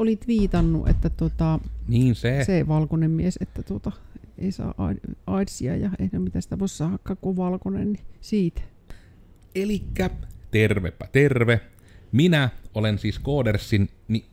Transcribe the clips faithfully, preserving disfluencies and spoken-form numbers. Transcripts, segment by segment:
olit viitannut, että tota, niin se. se valkoinen mies, että tota, ei saa AIDSia ja ei mitä sitä voi saada, kun valkoinen, niin siitä. Elikkä tervepä terve. Minä olen siis Codersin mi-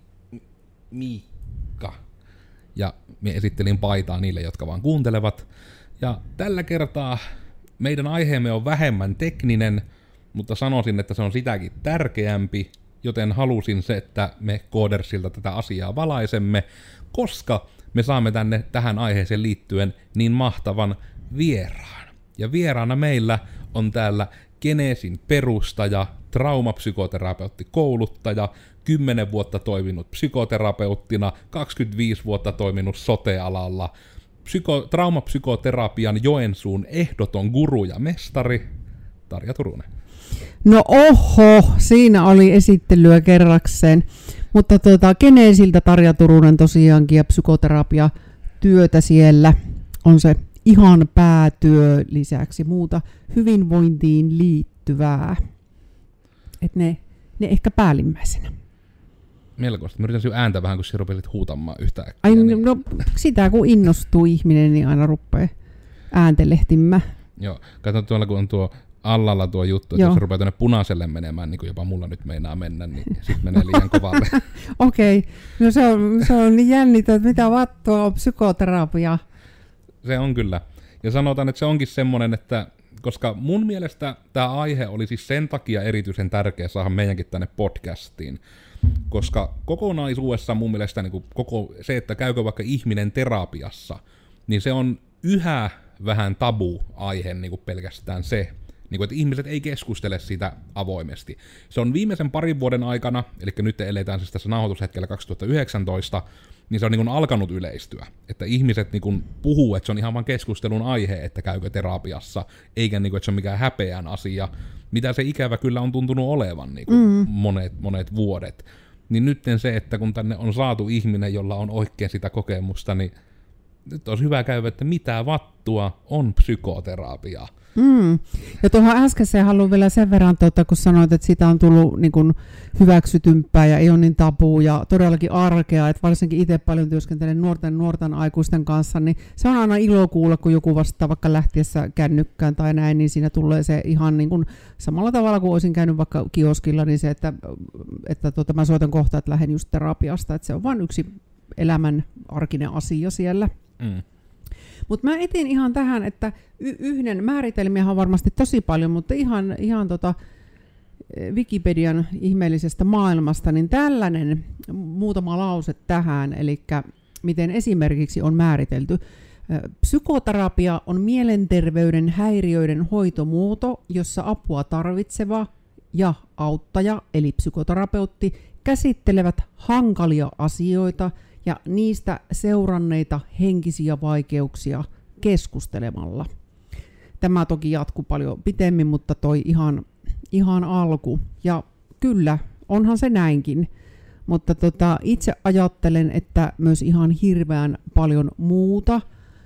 Miikka. Ja minä esittelin paitaa niille, jotka vaan kuuntelevat. Ja tällä kertaa meidän aiheemme on vähemmän tekninen, mutta sanoisin, että se on sitäkin tärkeämpi, joten halusin se, että me Codersilta tätä asiaa valaisemme, koska me saamme tänne tähän aiheeseen liittyen niin mahtavan vieraan. Ja vieraana meillä on täällä Genesin perustaja, traumapsykoterapeutti, kouluttaja, kymmenen vuotta toiminut psykoterapeuttina, kaksikymmentäviisi vuotta toiminut sote-alalla, psyko- traumapsykoterapian Joensuun ehdoton guru ja mestari, Tarja Turunen. No oho, siinä oli esittelyä kerrakseen. Mutta tuota, Genesiltä Tarja Turunen tosiaankin ja psykoterapia työtä siellä on se ihan päätyö lisäksi muuta hyvinvointiin liittyvää. Et ne, ne ehkä päällimmäisenä. Melkoista. Mä yritän sinun ääntä vähän, kun sinä rupesit huutamaan yhtä äkkiä. Ai, niin... no sitä kun innostuu ihminen, niin aina rupeaa ääntelehtimään. Joo, katso tuolla kun on tuo allalla tuo juttu, että Joo. jos se rupeaa tuonne punaiselle menemään, niin kuin jopa mulla nyt meinaa mennä, niin sitten menee liian kovalle. Okei, okay. No se on, se on niin jännitä, että mitä vattua on psykoterapia. Se on kyllä. Ja sanotaan, että se onkin semmoinen, että koska mun mielestä tämä aihe oli siis sen takia erityisen tärkeä saada meidänkin tänne podcastiin, koska kokonaisuudessa mun mielestä niin kuin koko se, että käykö vaikka ihminen terapiassa, niin se on yhä vähän tabu-aihe niin kuin pelkästään se, niin kuin, että ihmiset ei keskustele siitä avoimesti. Se on viimeisen parin vuoden aikana, eli nyt eletään siis tässä nauhoitushetkellä kaksituhattayhdeksäntoista, niin se on niin kuin alkanut yleistyä. Että ihmiset niin kuin puhuu, että se on ihan vaan keskustelun aihe, että käykö terapiassa, eikä niin kuin, että se on mikään häpeän asia, mitä se ikävä kyllä on tuntunut olevan niin kuin mm. monet, monet vuodet. Niin nyt se, että kun tänne on saatu ihminen, jolla on oikein sitä kokemusta, niin nyt olisi hyvä käydä, että mitä vattua on psykoterapia. Mm. Ja tuohon äskeiseen haluan vielä sen verran, tuota, kun sanoit, että siitä on tullut niin kuin hyväksytympää ja ei ole niin tabuu ja todellakin arkea, että varsinkin itse paljon työskentelen nuorten nuorten aikuisten kanssa, niin se on aina ilo kuulla, kun joku vastaa vaikka lähtiessä kännykkään tai näin, niin siinä tulee se ihan niin kuin samalla tavalla kuin olisin käynyt vaikka kioskilla, niin se, että, että tuota, mä soitan kohta, että lähden just terapiasta, että se on vain yksi elämän arkinen asia siellä. Mm. Mutta mä etin ihan tähän, että y- yhden määritelmiä on varmasti tosi paljon, mutta ihan, ihan tota Wikipedian ihmeellisestä maailmasta, niin tällainen muutama lause tähän, eli miten esimerkiksi on määritelty. Psykoterapia on mielenterveyden häiriöiden hoitomuoto, jossa apua tarvitseva ja auttaja, eli psykoterapeutti, käsittelevät hankalia asioita ja niistä seuranneita henkisiä vaikeuksia keskustelemalla. Tämä toki jatkuu paljon pitemmin, mutta toi ihan, ihan alku. Ja kyllä, onhan se näinkin. Mutta tota, itse ajattelen, että myös ihan hirveän paljon muuta.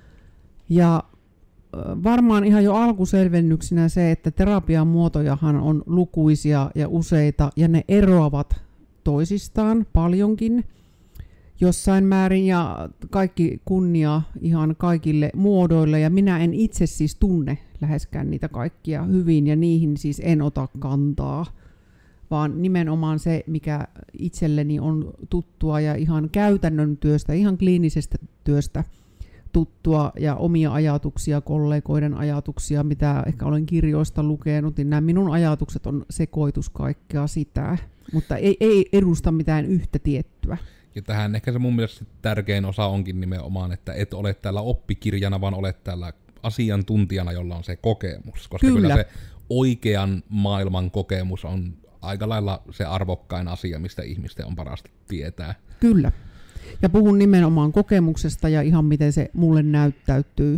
Ja varmaan ihan jo alkuselvennyksenä se, että terapian muotojahan on lukuisia ja useita, ja ne eroavat toisistaan paljonkin jossain määrin, ja kaikki kunnia ihan kaikille muodoille, ja minä en itse siis tunne läheskään niitä kaikkia hyvin, ja niihin siis en ota kantaa, vaan nimenomaan se, mikä itselleni on tuttua ja ihan käytännön työstä, ihan kliinisestä työstä tuttua ja omia ajatuksia, kollegoiden ajatuksia, mitä ehkä olen kirjoista lukenut, niin nämä minun ajatukset on sekoitus kaikkea sitä, mutta ei, ei edusta mitään yhtä tiettyä. Ja tähän ehkä se mun mielestä tärkein osa onkin nimenomaan, että et ole täällä oppikirjana, vaan olet täällä asiantuntijana, jolla on se kokemus. Koska kyllä, kyllä se oikean maailman kokemus on aika lailla se arvokkain asia, mistä ihmisten on parasta tietää. Kyllä. Ja puhun nimenomaan kokemuksesta ja ihan miten se mulle näyttäytyy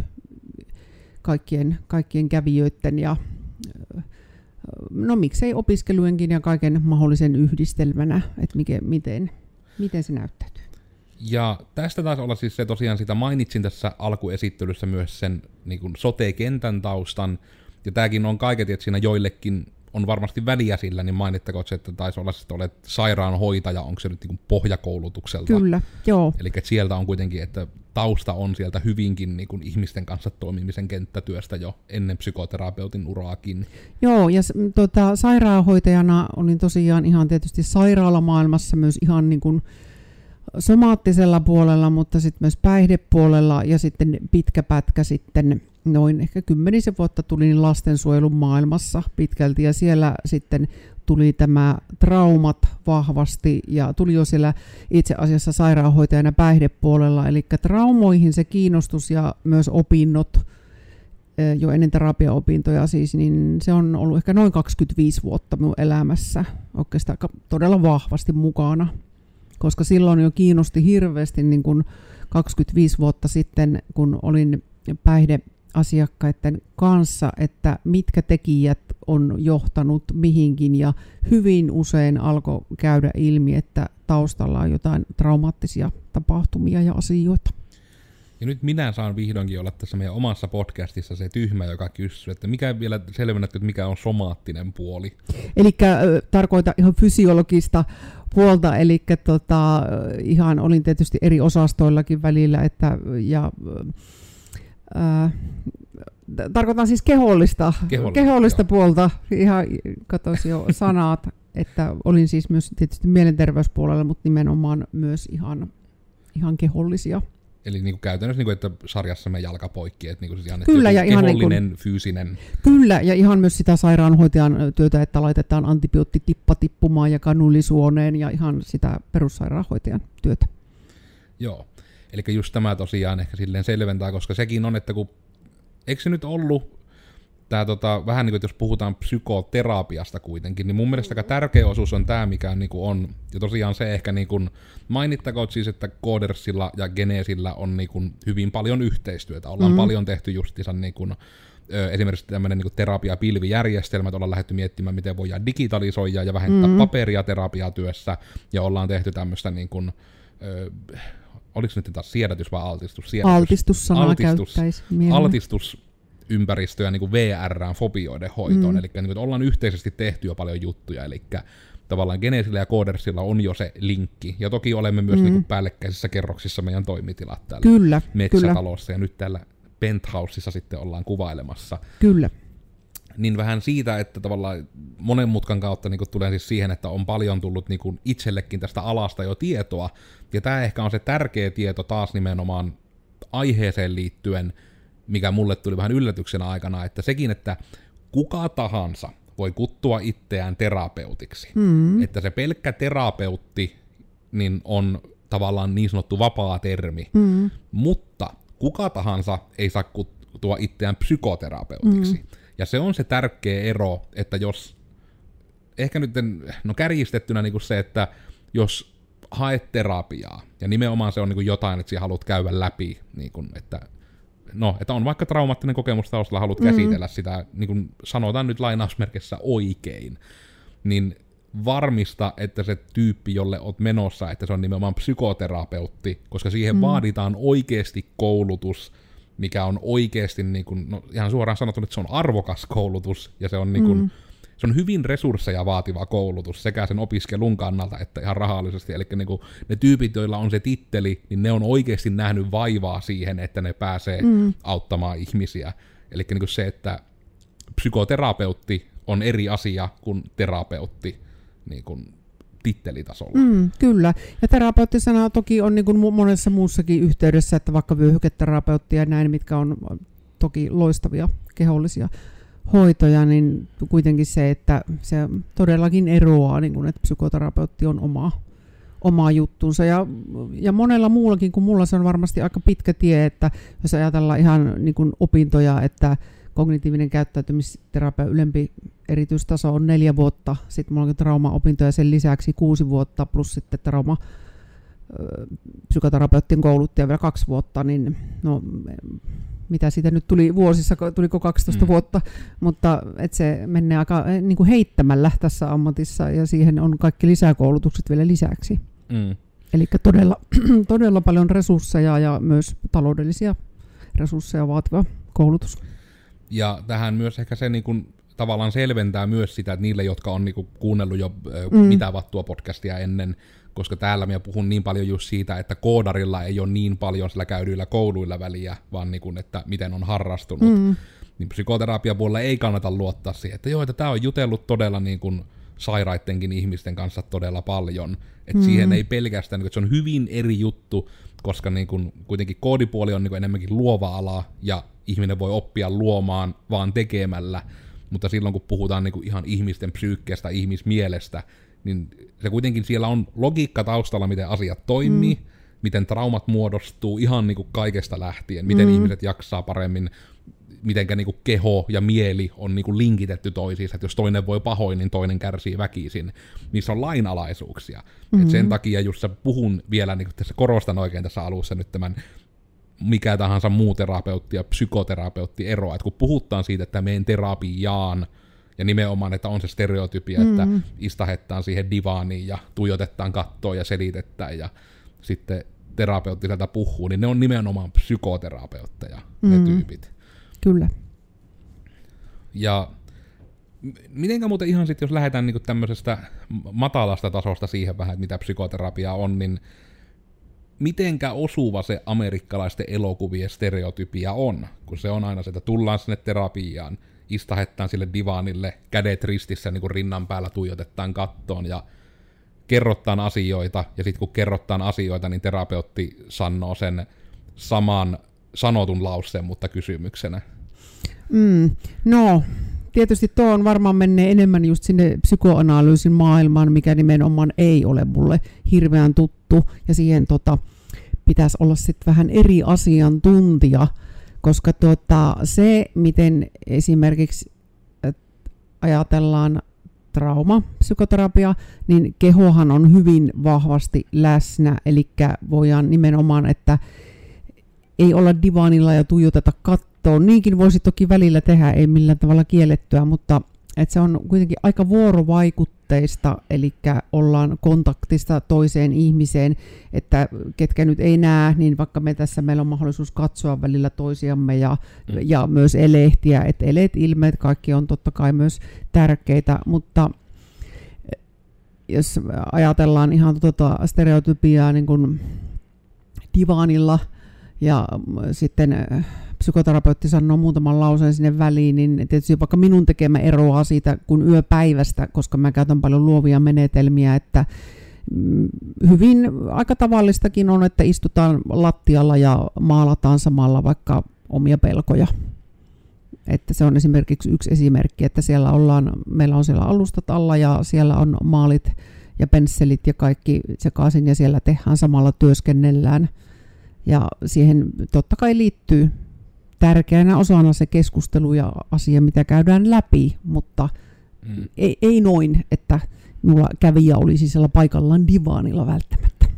kaikkien, kaikkien kävijöiden ja no miksei opiskelujenkin ja kaiken mahdollisen yhdistelmänä, että mikä, miten, miten se näyttäytyy. Ja tästä taisi olla siis se tosiaan, sitä mainitsin tässä alkuesittelyssä myös sen niin kuin sote-kentän taustan, ja tämäkin on kaiketi, että siinä joillekin on varmasti väliä sillä, niin mainittakoon se, että taisi olla, että olet sairaanhoitaja, onko se nyt niin kuin pohjakoulutukselta. Kyllä, joo. Eli sieltä on kuitenkin, että tausta on sieltä hyvinkin niin kuin ihmisten kanssa toimimisen kenttätyöstä jo ennen psykoterapeutin uraakin. Joo, ja tota, sairaanhoitajana olin tosiaan ihan tietysti sairaalamaailmassa myös ihan niin kuin somaattisella puolella, mutta sitten myös päihdepuolella ja sitten pitkä pätkä sitten noin ehkä kymmenisen vuotta tulin lastensuojelun maailmassa pitkälti ja siellä sitten tuli tämä traumat vahvasti ja tuli jo siellä itse asiassa sairaanhoitajana päihdepuolella, eli traumoihin se kiinnostus ja myös opinnot jo ennen terapiaopintoja siis, niin se on ollut ehkä noin kaksikymmentäviisi vuotta minun elämässä oikeastaan todella vahvasti mukana. Koska silloin jo kiinnosti hirveästi niin kuin kaksikymmentäviisi vuotta sitten, kun olin päihdeasiakkaiden kanssa, että mitkä tekijät on johtanut mihinkin, ja hyvin usein alkoi käydä ilmi, että taustalla on jotain traumaattisia tapahtumia ja asioita. Ja nyt minä saan vihdoinkin olla tässä meidän omassa podcastissa se tyhmä, joka kysyy, että mikä vielä selvennätkö, että mikä on somaattinen puoli? Eli tarkoitan ihan fysiologista puolta, eli tota, ihan olin tietysti eri osastoillakin välillä, että, ja ää, tarkoitan siis kehollista, kehollista, kehollista puolta, ihan katosi jo sanat, että olin siis myös tietysti mielenterveyspuolella, mutta nimenomaan myös ihan, ihan kehollisia. Eli niin kuin käytännössä, niin kuin, että sarjassa me jalkapoikki, että niin kuin siis ihan, kyllä, ja kehollinen, ihan niin kuin, fyysinen. Kyllä, ja ihan myös sitä sairaanhoitajan työtä, että laitetaan antibioottitippa tippumaan ja kanullisuoneen, ja ihan sitä perussairaanhoitajan työtä. Joo, eli just tämä tosiaan ehkä silleen selventää, koska sekin on, että kun, eikö se nyt ollut, tää tota, vähän niin kuin, jos puhutaan psykoterapiasta kuitenkin, niin mun mielestä aika tärkeä osuus on tämä, mikä niin kuin on, ja tosiaan se ehkä niin kuin, mainittakoon siis, että Codersilla ja Geneesillä on niin kuin hyvin paljon yhteistyötä, ollaan mm. paljon tehty justiinsa niin kuin, ö, esimerkiksi tämmöinen niin kuin terapiapilvijärjestelmät, ollaan lähdetty miettimään, miten voidaan digitalisoida ja vähentää mm. paperia terapiatyössä, ja ollaan tehty tämmöistä niin kuin, ö, oliko nyt taas siedätys vai altistus? Siedätys. Altistus-sanaa altistus, käyttäisi mielellä. Altistus ympäristöä niin kuin V R:ään fobioiden hoitoon, mm. eli niin kuin, ollaan yhteisesti tehty jo paljon juttuja, eli tavallaan Geneesillä ja Codersilla on jo se linkki, ja toki olemme myös mm. niin kuin päällekkäisissä kerroksissa meidän toimitilat täällä kyllä, metsätalossa, kyllä. ja nyt täällä penthouseissa sitten ollaan kuvailemassa. Kyllä. Niin vähän siitä, että tavallaan monen mutkan kautta niin kuin tulee siis siihen, että on paljon tullut niin kuin itsellekin tästä alasta jo tietoa, ja tämä ehkä on se tärkeä tieto taas nimenomaan aiheeseen liittyen, mikä mulle tuli vähän yllätyksenä aikana, että sekin, että kuka tahansa voi kuttua itseään terapeutiksi. Mm. Että se pelkkä terapeutti niin on tavallaan niin sanottu vapaa termi, mm. mutta kuka tahansa ei saa kuttua itseään psykoterapeutiksi. Mm. Ja se on se tärkeä ero, että jos, ehkä nyt, no kärjistettynä niin kuin se, että jos haet terapiaa, ja nimenomaan se on niin kuin jotain, että sinä haluat käydä läpi, niin kuin, että no, että on vaikka traumaattinen kokemus taustalla, haluat mm-hmm. käsitellä sitä, niin kuin sanotaan nyt lainausmerkissä oikein, niin varmista, että se tyyppi, jolle oot menossa, että se on nimenomaan psykoterapeutti, koska siihen mm. vaaditaan oikeasti koulutus, mikä on oikeasti, niin kuin, no ihan suoraan sanottuna, että se on arvokas koulutus, ja se on, niin kuin, mm. se on hyvin resursseja vaativa koulutus, sekä sen opiskelun kannalta, että ihan rahallisesti, eli niin kuin, ne tyypit, joilla on se titteli, niin ne on oikeasti nähnyt vaivaa siihen, että ne pääsee mm. auttamaan ihmisiä. Eli niin kuin se, että psykoterapeutti on eri asia kuin terapeutti niin kuin tittelitasolla. Mm, kyllä. Ja terapeuttisena toki on niin kuin monessa muussakin yhteydessä, että vaikka vyöhyketerapeutti ja näin, mitkä on toki loistavia kehollisia hoitoja, niin kuitenkin se, että se todellakin eroaa, niin kuin, että psykoterapeutti on oma, oma juttunsa. Ja, ja monella muullakin kuin mulla se on varmasti aika pitkä tie, että jos ajatellaan ihan niin kuin opintoja, että kognitiivinen käyttäytymisterapia ylempi erityistaso on neljä vuotta, sitten mulla on trauma-opintoja sen lisäksi kuusi vuotta, plus sitten trauma psykoterapeuttien kouluttaja vielä kaksi vuotta, niin no, mitä siitä nyt tuli vuosissa, tuliko kaksitoista mm. vuotta, mutta et se menee aika niin kuin heittämällä tässä ammatissa, ja siihen on kaikki lisäkoulutukset vielä lisäksi. Mm. Eli todella, todella paljon resursseja ja myös taloudellisia resursseja vaativa koulutus. Ja tähän myös ehkä se niin kuin tavallaan selventää myös sitä, että niille, jotka on niinku kuunnellut jo mm. mitä vattua podcastia ennen, koska täällä minä puhun niin paljon just siitä, että koodarilla ei ole niin paljon sillä käydyillä kouluilla väliä, vaan niinku, että miten on harrastunut. Mm. Niin psykoterapiapuolella ei kannata luottaa siihen, että joo, että tämä on jutellut todella niin kuin sairaittenkin ihmisten kanssa todella paljon. Että mm. siihen ei pelkästään, että se on hyvin eri juttu, koska niin kuin, kuitenkin koodipuoli on niin kuin enemmänkin luova ala, ja ihminen voi oppia luomaan vaan tekemällä, mutta silloin kun puhutaan niin kuin ihan ihmisten psyykkeestä, ihmismielestä, niin se kuitenkin siellä on logiikka taustalla, miten asiat toimii, mm. miten traumat muodostuu ihan niin kuin kaikesta lähtien, miten mm. ihmiset jaksaa paremmin, mitenkä niinku keho ja mieli on niinku linkitetty toisiinsa, että jos toinen voi pahoin, niin toinen kärsii väkisin. Niissä on lainalaisuuksia. Mm-hmm. Et sen takia just puhun vielä, niinku tässä korostan oikein tässä alussa nyt tämän mikä tahansa muu terapeutti ja psykoterapeutti eroa, että kun puhutaan siitä, että meen terapiaan, ja nimenomaan, että on se stereotypia, mm-hmm. että istahettaan siihen divaaniin ja tuijotetaan kattoon ja selitetään, ja sitten terapeutti sieltä puhuu, niin ne on nimenomaan psykoterapeutteja, mm-hmm. ne tyypit. Kyllä. Ja mitenkä muuten ihan sitten, jos lähdetään niinku tämmöisestä matalasta tasosta siihen vähän, että mitä psykoterapia on, niin mitenkä osuva se amerikkalaisten elokuvien stereotypia on, kun se on aina se, että tullaan sinne terapiaan, istahettaan sille divaanille, kädet ristissä niin kuin rinnan päällä tuijotetaan kattoon ja kerrotaan asioita, ja sitten kun kerrotaan asioita, niin terapeutti sanoo sen saman sanotun lauseen, mutta kysymyksenä. Mm, no, tietysti tuo on varmaan menee enemmän just sinne psykoanalyysin maailmaan, mikä nimenomaan ei ole mulle hirveän tuttu, ja siihen tota, pitäisi olla sitten vähän eri asiantuntija, koska tuota, se, miten esimerkiksi ajatellaan trauma, psykoterapia, niin kehohan on hyvin vahvasti läsnä, eli voidaan nimenomaan, että ei olla divaanilla ja tuijoteta kattoon. Niinkin voisi toki välillä tehdä, ei millään tavalla kiellettyä, mutta että se on kuitenkin aika vuorovaikutteista, eli ollaan kontaktista toiseen ihmiseen, että ketkä nyt ei näe, niin vaikka me tässä meillä on mahdollisuus katsoa välillä toisiamme ja, mm. ja myös elehtiä, että eleet, ilmeet, kaikki on totta kai myös tärkeitä, mutta jos ajatellaan ihan tuota stereotypiaa niin kuin divaanilla, ja sitten psykoterapeutti sanoo muutaman lauseen sinne väliin, niin tietysti vaikka minun tekemä eroaa siitä kuin yöpäivästä, koska mä käytän paljon luovia menetelmiä, että hyvin aika tavallistakin on, että istutaan lattialla ja maalataan samalla vaikka omia pelkoja. Että se on esimerkiksi yksi esimerkki, että siellä ollaan, meillä on siellä alustat alla ja siellä on maalit ja pensselit ja kaikki sekaisin ja siellä tehdään samalla työskennellään. Ja siihen totta kai liittyy tärkeänä osana se keskustelu ja asia, mitä käydään läpi, mutta mm. ei, ei noin, että mulla kävijä olisi siellä paikallaan divaanilla välttämättä.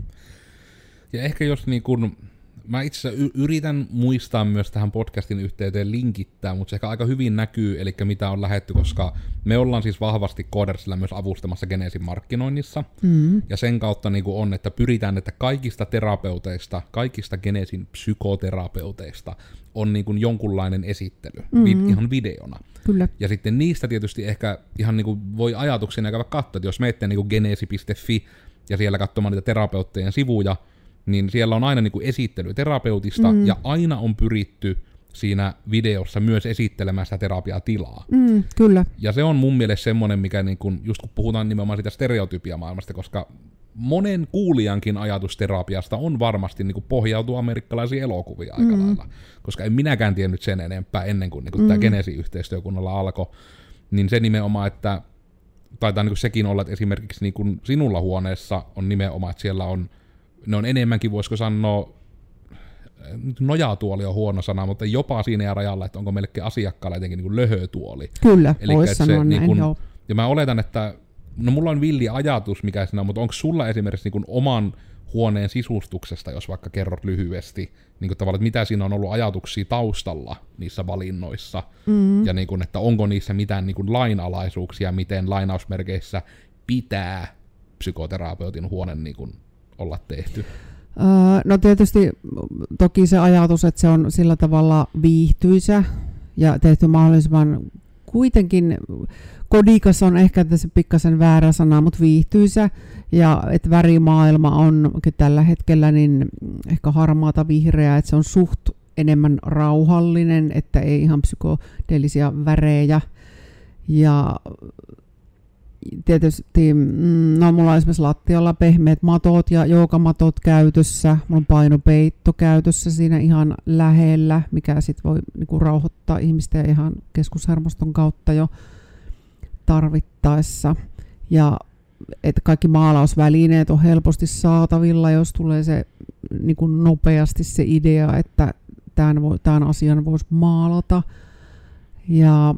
Ja ehkä jos niin kun, mä itse asiassa yritän muistaa myös tähän podcastin yhteyteen linkittää, mutta se ehkä aika hyvin näkyy, eli mitä on lähdetty, koska me ollaan siis vahvasti Codersilla myös avustamassa Genesin markkinoinnissa, mm. ja sen kautta niin on, että pyritään, että kaikista terapeuteista, kaikista Genesin psykoterapeuteista on niin kuin jonkunlainen esittely, mm. vid- ihan videona. Kyllä. Ja sitten niistä tietysti ehkä ihan niin kuin voi ajatuksena käydä katsoa, että jos menette niin kuin genesi piste fi ja siellä katsomaan niitä terapeuttejen sivuja, niin siellä on aina niin kuin esittely terapeutista, mm. ja aina on pyritty siinä videossa myös esittelemään sitä terapiatilaa. Mm, kyllä. Ja se on mun mielestä semmoinen, mikä niin kuin, just kun puhutaan nimenomaan sitä stereotypiamaailmasta, koska monen kuulijankin ajatus terapiasta on varmasti niin kuin pohjautuu amerikkalaisiin elokuviin aika mm. lailla, koska en minäkään tiennyt sen enempää ennen kuin, niin kuin mm. tämä Genesi-yhteistyö kunnolla alkoi, niin se nimenomaan, että taitaa niin kuin sekin olla, että esimerkiksi niin kuin sinulla huoneessa on nimenomaan, että siellä on ne on enemmänkin, voisiko sanoa, nojatuoli on huono sana, mutta jopa siinä ja rajalla, että onko melkein asiakkaalla jotenkin niin kuin löhötuoli. Kyllä, voisi sanoa niin näin, kuin, joo. Ja mä oletan, että, no mulla on villi ajatus, mikä siinä on, mutta onko sulla esimerkiksi niin kuin oman huoneen sisustuksesta, jos vaikka kerrot lyhyesti, niin kuin tavallaan, että mitä siinä on ollut ajatuksia taustalla niissä valinnoissa, mm. ja niin kuin, että onko niissä mitään niin kuin lainalaisuuksia, miten lainausmerkeissä pitää psykoterapeutin huone niin kuin olla tehty? No tietysti toki se ajatus, että se on sillä tavalla viihtyisä ja tehty mahdollisimman kuitenkin kodikas on ehkä tässä pikkasen väärä sana, mutta viihtyisä ja että värimaailma on tällä hetkellä niin ehkä harmaata vihreää, että se on suht enemmän rauhallinen, että ei ihan psykodeellisia värejä. Ja tietysti, no mulla on esimerkiksi lattialla pehmeät matot ja joukamatot käytössä, mulla on painopeitto käytössä siinä ihan lähellä, mikä sitten voi niinku rauhoittaa ihmistä ihan keskushermoston kautta jo tarvittaessa. Ja että kaikki maalausvälineet on helposti saatavilla, jos tulee se niinku nopeasti se idea, että tämän, voi, tämän asian voisi maalata. Ja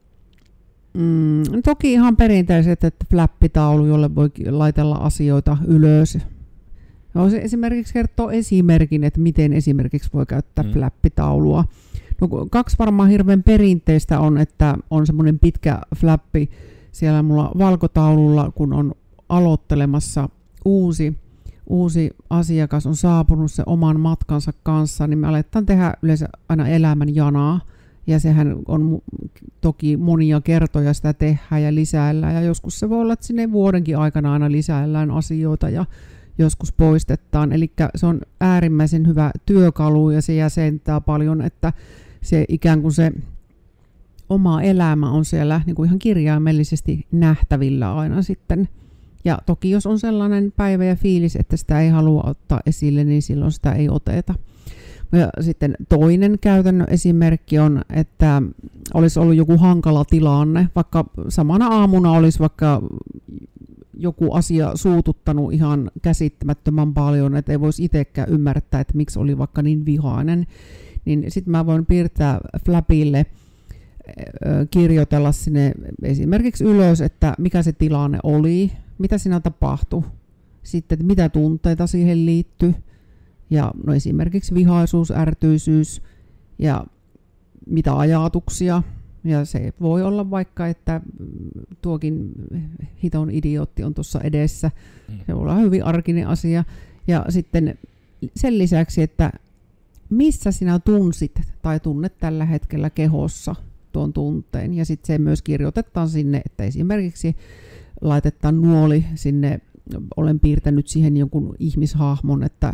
Mm, toki ihan perinteiset, että flappitaulu, jolle voi laitella asioita ylös. Voisi esimerkiksi kertoa esimerkin, että miten esimerkiksi voi käyttää mm. flappitaulua. No, kaksi varmaan hirveän perinteistä on, että on semmoinen pitkä flappi siellä mulla valkotaululla, kun on aloittelemassa uusi, uusi asiakas, on saapunut se oman matkansa kanssa, niin me aletaan tehdä yleensä aina elämän janaa. Ja sehän on toki monia kertoja sitä tehdään ja lisäillään. Ja joskus se voi olla, että sinne vuodenkin aikana aina lisäillään asioita ja joskus poistetaan. Eli se on äärimmäisen hyvä työkalu ja se jäsentää paljon, että se ikään kuin se oma elämä on siellä niin kuin ihan kirjaimellisesti nähtävillä aina sitten. Ja toki jos on sellainen päivä ja fiilis, että sitä ei halua ottaa esille, niin silloin sitä ei oteta. Ja sitten toinen käytännön esimerkki on, että olisi ollut joku hankala tilanne, vaikka samana aamuna olisi vaikka joku asia suututtanut ihan käsittämättömän paljon, että ei voisi itsekään ymmärtää, että miksi oli vaikka niin vihainen, niin sitten mä voin piirtää flapille, kirjoitella sinne esimerkiksi ylös, että mikä se tilanne oli, mitä siinä tapahtui, sitten että mitä tunteita siihen liittyy. Ja no esimerkiksi vihaisuus, ärtyisyys ja mitä ajatuksia. Ja se voi olla vaikka, että tuokin hiton idiootti on tuossa edessä. Se voi olla hyvin arkinen asia. Ja sitten sen lisäksi, että missä sinä tunsit tai tunnet tällä hetkellä kehossa tuon tunteen. Ja sitten se myös kirjoitetaan sinne, että esimerkiksi laitetaan nuoli sinne. Olen piirtänyt siihen jonkun ihmishahmon, että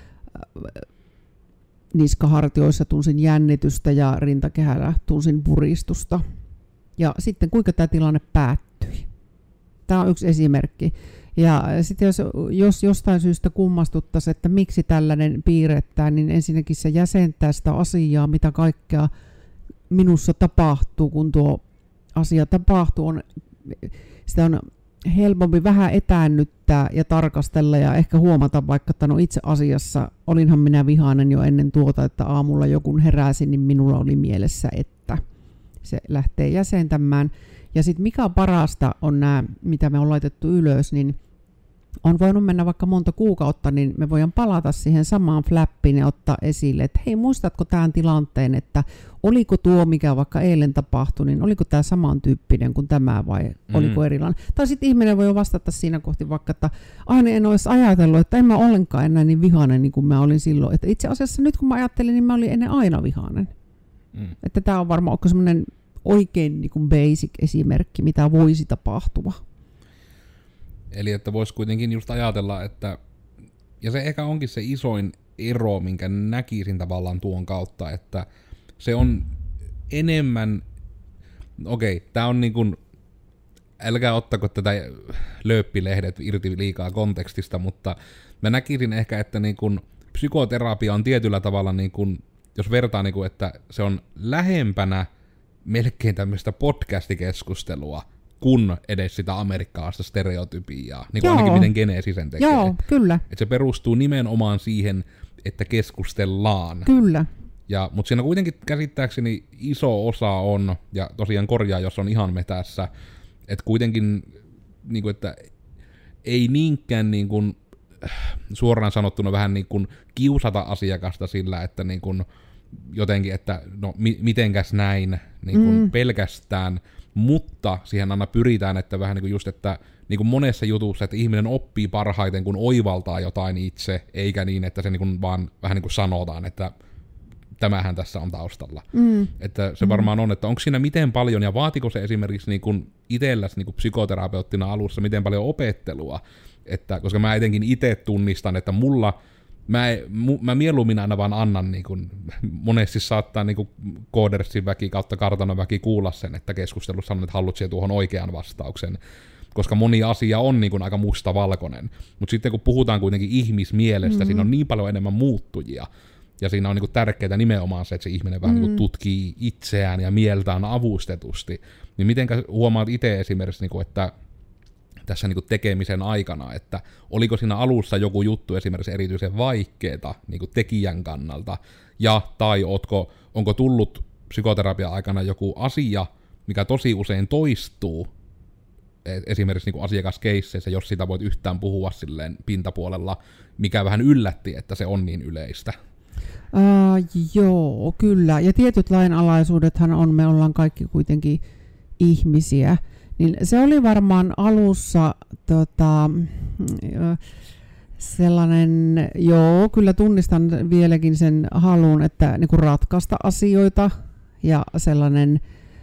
niskahartioissa tunsin jännitystä ja rintakehällä tunsin puristusta. Ja sitten kuinka tämä tilanne päättyi. Tämä on yksi esimerkki. Ja sitten jos, jos jostain syystä kummastuttaisiin, että miksi tällainen piirrettää, niin ensinnäkin se jäsentää sitä asiaa, mitä kaikkea minussa tapahtuu, kun tuo asia tapahtuu. On, sitä on helpompi vähän etäännyttää ja tarkastella ja ehkä huomata vaikka, että no itse asiassa olinhan minä vihainen jo ennen tuota, että aamulla joku heräsi, niin minulla oli mielessä, että se lähtee jäsentämään. Ja sitten mikä parasta on nämä, mitä me on laitettu ylös, niin on voinut mennä vaikka monta kuukautta, niin me voidaan palata siihen samaan flappiin ja ottaa esille, että hei, muistatko tämän tilanteen, että oliko tuo, mikä vaikka eilen tapahtui, niin oliko tämä samantyyppinen kuin tämä vai mm. oliko erilainen? Tai sitten ihminen voi vastata siinä kohti vaikka, että aina en olisi ajatellut, että en mä ollenkaan enää niin vihainen niin kuin mä olin silloin. Että itse asiassa nyt kun mä ajattelin, niin mä olin ennen aina vihainen. Mm. Että tämä on varmaan semmoinen oikein niin kuin basic esimerkki, mitä voisi tapahtua. Eli että voisi kuitenkin just ajatella, että, ja se ehkä onkin se isoin ero, minkä näkisin tavallaan tuon kautta, että se on enemmän, okei, okay, tää on niin kuin, älkää ottako tätä lööppilehdet irti liikaa kontekstista, mutta mä näkisin ehkä, että niin kuin psykoterapia on tietyllä tavalla, niin kuin, jos vertaa, niin kuin, että se on lähempänä melkein tämmöistä podcastikeskustelua, kun edes sitä amerikkalaista stereotypiaa, niin kuin ainakin miten Genesis sen tekee. Joo, kyllä. Et se perustuu nimenomaan siihen, että keskustellaan. Kyllä. Ja, mutta siinä kuitenkin käsittääkseni iso osa on, ja tosiaan korjaa, jos on ihan metässä, että kuitenkin, niin kuin, että ei niinkään niin kuin, suoraan sanottuna vähän niin kuin kiusata asiakasta sillä, että niin kuin, jotenkin, että no mi- mitenkäs näin niin kuin mm. pelkästään, mutta siihen aina pyritään, että vähän niin kuin just, että niin kuin monessa jutussa, että ihminen oppii parhaiten, kun oivaltaa jotain itse, eikä niin, että se niin kuin vaan vähän niin kuin sanotaan, että tämähän tässä on taustalla. Mm. Että se varmaan on, että onko siinä miten paljon, ja vaatiko se esimerkiksi niin kuin itselläsi niin kuin psykoterapeuttina alussa miten paljon opettelua, että, koska mä etenkin itse tunnistan, että mulla, mä, mu, mä mieluummin aina vaan annan, niin kuin, monesti saattaa niin kuin koodersin väki kautta kartanon väki kuulla sen, että keskustelussa on, että haluat siihen tuohon oikean vastauksen, koska moni asia on niin kuin aika mustavalkoinen. Mutta sitten kun puhutaan kuitenkin ihmismielestä, mm-hmm. siinä on niin paljon enemmän muuttujia, ja siinä on niin kuin tärkeää nimenomaan se, että se ihminen vähän mm-hmm. niin kuin tutkii itseään ja mieltään avustetusti. Niin mitenkä huomaat itse esimerkiksi, niin kuin, että tässä niin kuin tekemisen aikana, että oliko siinä alussa joku juttu esimerkiksi erityisen vaikeeta niin kuin tekijän kannalta, ja tai ootko, onko tullut psykoterapian aikana joku asia, mikä tosi usein toistuu, esimerkiksi niin kuin asiakaskeisseissä, jos sitä voit yhtään puhua silleen pintapuolella, mikä vähän yllätti, että se on niin yleistä. Uh, joo, kyllä. Ja tietyt lainalaisuudethan on, me ollaan kaikki kuitenkin ihmisiä. Niin se oli varmaan alussa tota, sellainen, joo, kyllä tunnistan vieläkin sen halun, että niin kuin ratkaista asioita ja sellainen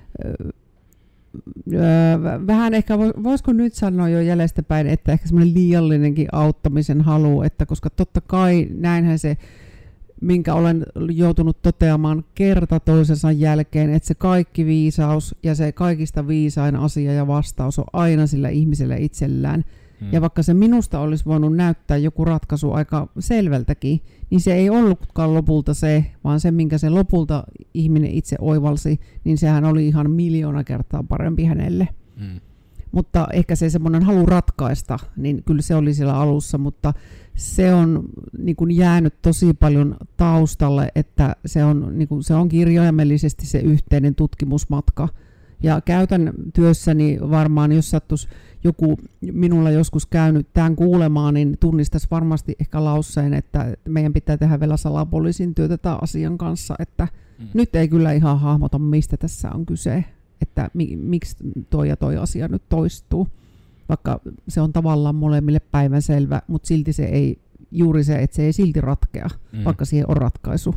Öö, vähän ehkä, voisiko nyt sanoa jo jäljestäpäin, että ehkä semmoinen liiallinenkin auttamisen halu, että koska totta kai näinhän se, minkä olen joutunut toteamaan kerta toisensa jälkeen, että se kaikki viisaus ja se kaikista viisain asia ja vastaus on aina sillä ihmisellä itsellään. Hmm. Ja vaikka se minusta olisi voinut näyttää joku ratkaisu aika selvältäkin, niin se ei ollutkaan lopulta se, vaan se, minkä se lopulta ihminen itse oivalsi, niin sehän oli ihan miljoona kertaa parempi hänelle. Hmm. Mutta ehkä se semmoinen halu ratkaista, niin kyllä se oli siellä alussa, mutta se on niin kuin jäänyt tosi paljon taustalle, että se on, niin kuin, se on kirjaimellisesti se yhteinen tutkimusmatka. Ja käytän työssäni varmaan, jos sattuisi joku minulla joskus käynyt tämän kuulemaan, niin tunnistaisi varmasti ehkä lauseen, että meidän pitää tehdä vielä salapoliisin työtä tämän asian kanssa, että mm. nyt ei kyllä ihan hahmota, mistä tässä on kyse, että mi- miksi toi ja toi asia nyt toistuu, vaikka se on tavallaan molemmille päivänselvä, mutta silti se ei, juuri se, että se ei silti ratkea, mm. vaikka siihen on ratkaisu.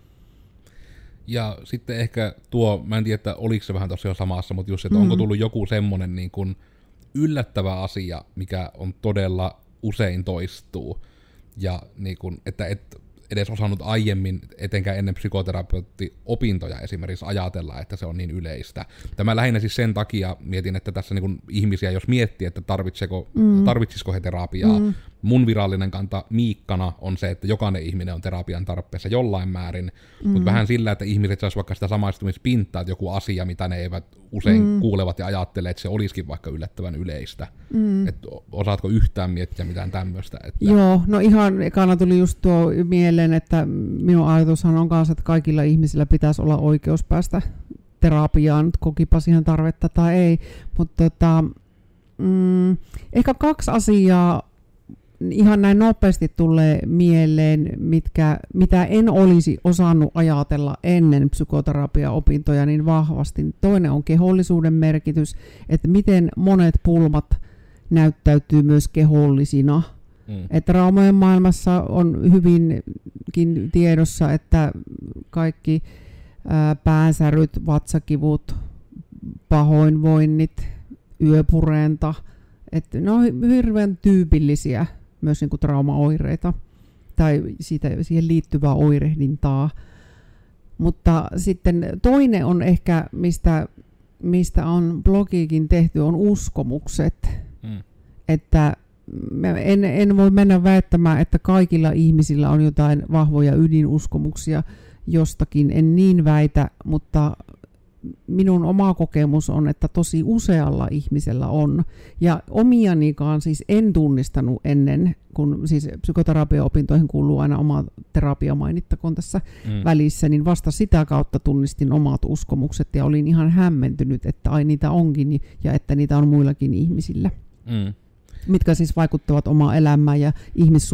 Ja sitten ehkä tuo, mä en tiedä, että oliko se vähän tosiaan samassa, mutta just, että mm. onko tullut joku semmoinen niin kuin yllättävä asia, mikä on todella usein toistuu, ja niin kuin, että et edes osannut aiemmin, etenkään ennen psykoterapeutti-opintoja esimerkiksi ajatella, että se on niin yleistä. Tämä lähinnä siis sen takia mietin, että tässä niin kuin ihmisiä, jos miettii, että tarvitseko, mm. tarvitsisiko he terapiaa, mm. mun virallinen kanta Miikkana on se, että jokainen ihminen on terapian tarpeessa jollain määrin, mm. mutta vähän sillä, että ihmiset saisivat vaikka sitä samaistumispintaa, että joku asia, mitä ne eivät usein mm. kuulevat ja ajattelee, että se olisikin vaikka yllättävän yleistä. Mm. Että osaatko yhtään miettiä mitään tämmöistä? Että joo, no ihan ekana tuli just tuo mieleen, että minun ajatushan on kanssa, että kaikilla ihmisillä pitäisi olla oikeus päästä terapiaan, kokipa siihen tarvetta tai ei, mutta tota, mm, ehkä kaksi asiaa ihan näin nopeasti tulee mieleen, mitkä, mitä en olisi osannut ajatella ennen psykoterapiaopintoja niin vahvasti. Toinen on kehollisuuden merkitys, että miten monet pulmat näyttäytyy myös kehollisina. Mm. Että traumojen maailmassa on hyvinkin tiedossa, että kaikki ää, päänsäryt, vatsakivut, pahoinvoinnit, yöpureenta, että ne on hirveän tyypillisiä myös niin kuin traumaoireita tai siitä, siihen liittyvää oirehdintaa. Mutta sitten toinen on ehkä, mistä, mistä on blogiikin tehty, on uskomukset. Mm. Että en, en voi mennä väittämään, että kaikilla ihmisillä on jotain vahvoja ydinuskomuksia jostakin. En niin väitä, mutta minun oma kokemus on, että tosi usealla ihmisellä on. Ja omianikaan siis en tunnistanut ennen, kun siis psykoterapiaopintoihin kuuluu aina oma terapia mainittakoon tässä mm. välissä, niin vasta sitä kautta tunnistin omat uskomukset ja olin ihan hämmentynyt, että ai niitä onkin ja että niitä on muillakin ihmisillä. Mm. Mitkä siis vaikuttavat omaan elämään ja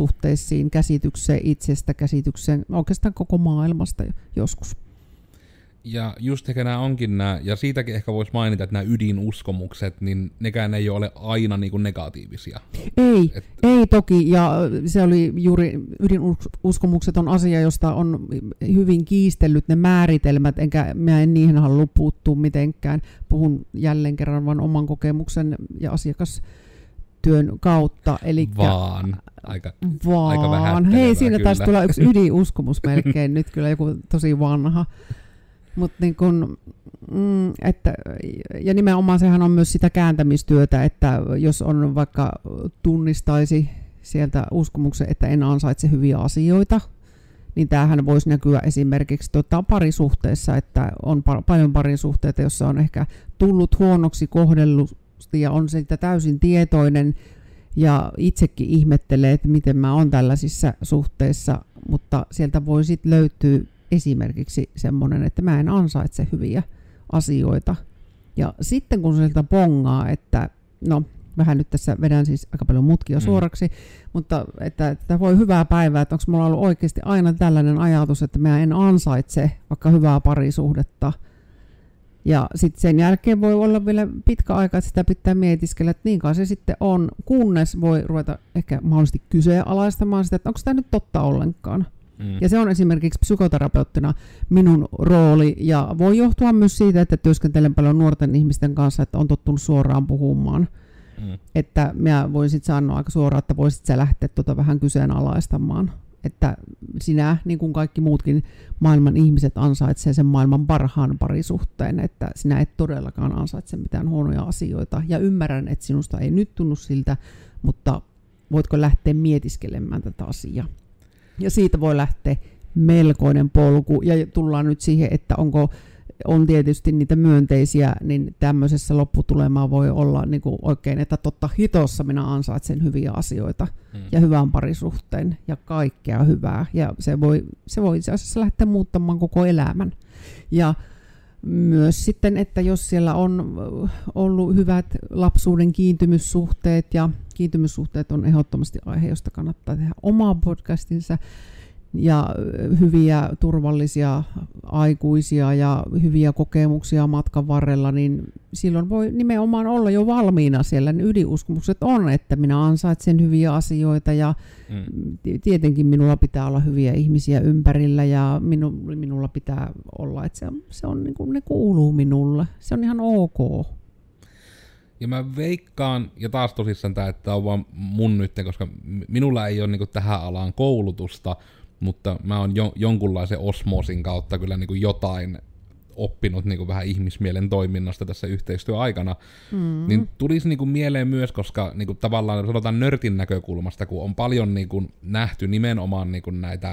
ihmissuhteisiin, käsitykseen itsestä, käsitykseen oikeastaan koko maailmasta joskus. Ja just ehkä nämä onkin nämä, ja siitäkin ehkä voisi mainita, että nämä ydinuskomukset, niin nekään ei ole aina niin kuin negatiivisia. Ei, Et... ei toki, ja se oli juuri, ydinuskomukset on asia, josta on hyvin kiistellyt ne määritelmät, enkä mä en niihin halua puuttua mitenkään. Puhun jälleen kerran vain oman kokemuksen ja asiakastyön kautta. Elikkä, vaan, aika, vaan. aika vähättelevää. Hei, siinä kyllä. taisi tulla yksi ydinuskomus melkein, nyt kyllä joku tosi vanha. Mut niin kun, mm, että, ja nimenomaan sehän on myös sitä kääntämistyötä, että jos on vaikka tunnistaisi sieltä uskomuksen, että en ansaitse hyviä asioita, niin tämähän voisi näkyä esimerkiksi tota parisuhteessa, että on pa- paljon parisuhteita, jossa on ehkä tullut huonoksi kohdellusti ja on siitä täysin tietoinen ja itsekin ihmettelee, että miten mä oon tällaisissa suhteissa, mutta sieltä voi sitten löytyä esimerkiksi semmoinen, että mä en ansaitse hyviä asioita. Ja sitten kun sieltä pongaa, että no vähän nyt tässä vedän siis aika paljon mutkia suoraksi, mm. mutta että, että voi hyvää päivää, että onko mulla ollut oikeasti aina tällainen ajatus, että mä en ansaitse vaikka hyvää parisuhdetta. Ja sitten sen jälkeen voi olla vielä pitkä aika, että sitä pitää mietiskellä, että niin kai se sitten on, kunnes voi ruveta ehkä mahdollisesti kyseenalaistamaan sitä, että onko tämä nyt totta ollenkaan. Mm. Ja se on esimerkiksi psykoterapeuttina minun rooli, ja voi johtua myös siitä, että työskentelen paljon nuorten ihmisten kanssa, että on tottunut suoraan puhumaan. Mm. Että minä voin sitten sanoa aika suoraan, että voisit sä lähteä tuota vähän kyseenalaistamaan. Että sinä, niin kuin kaikki muutkin maailman ihmiset, ansaitsee sen maailman parhaan parisuhteen, että sinä et todellakaan ansaitse mitään huonoja asioita. Ja ymmärrän, että sinusta ei nyt tunnu siltä, mutta voitko lähteä mietiskelemään tätä asiaa. Ja siitä voi lähteä melkoinen polku, ja tullaan nyt siihen, että onko, on tietysti niitä myönteisiä, niin tämmöisessä lopputulemaa voi olla niin kuin oikein, että totta hitossa minä ansaitsen hyviä asioita hmm. ja hyvän parisuhteen ja kaikkea hyvää, ja se voi, se voi itse asiassa lähteä muuttamaan koko elämän. Ja myös sitten, että jos siellä on ollut hyvät lapsuuden kiintymyssuhteet, ja kiintymyssuhteet on ehdottomasti aihe, josta kannattaa tehdä oma podcastinsa, ja hyviä turvallisia aikuisia ja hyviä kokemuksia matkan varrella, niin silloin voi nimenomaan olla jo valmiina siellä. Ne ydinuskomukset on, että minä ansaitsen hyviä asioita, ja mm. tietenkin minulla pitää olla hyviä ihmisiä ympärillä, ja minu, minulla pitää olla, että se on, se on niin kuin ne kuuluu minulle. Se on ihan ok. Ja mä veikkaan, ja taas tosissaan tämä, että on vaan mun nyt, koska minulla ei ole niin kuin tähän alaan koulutusta, mutta mä oon jo, jonkunlaisen osmoosin kautta kyllä niin kuin jotain oppinut niin kuin vähän ihmismielen toiminnasta tässä yhteistyöaikana, mm. niin tulisi niin kuin mieleen myös, koska niin kuin tavallaan sanotaan nörtin näkökulmasta, kun on paljon niin kuin nähty nimenomaan niin kuin näitä,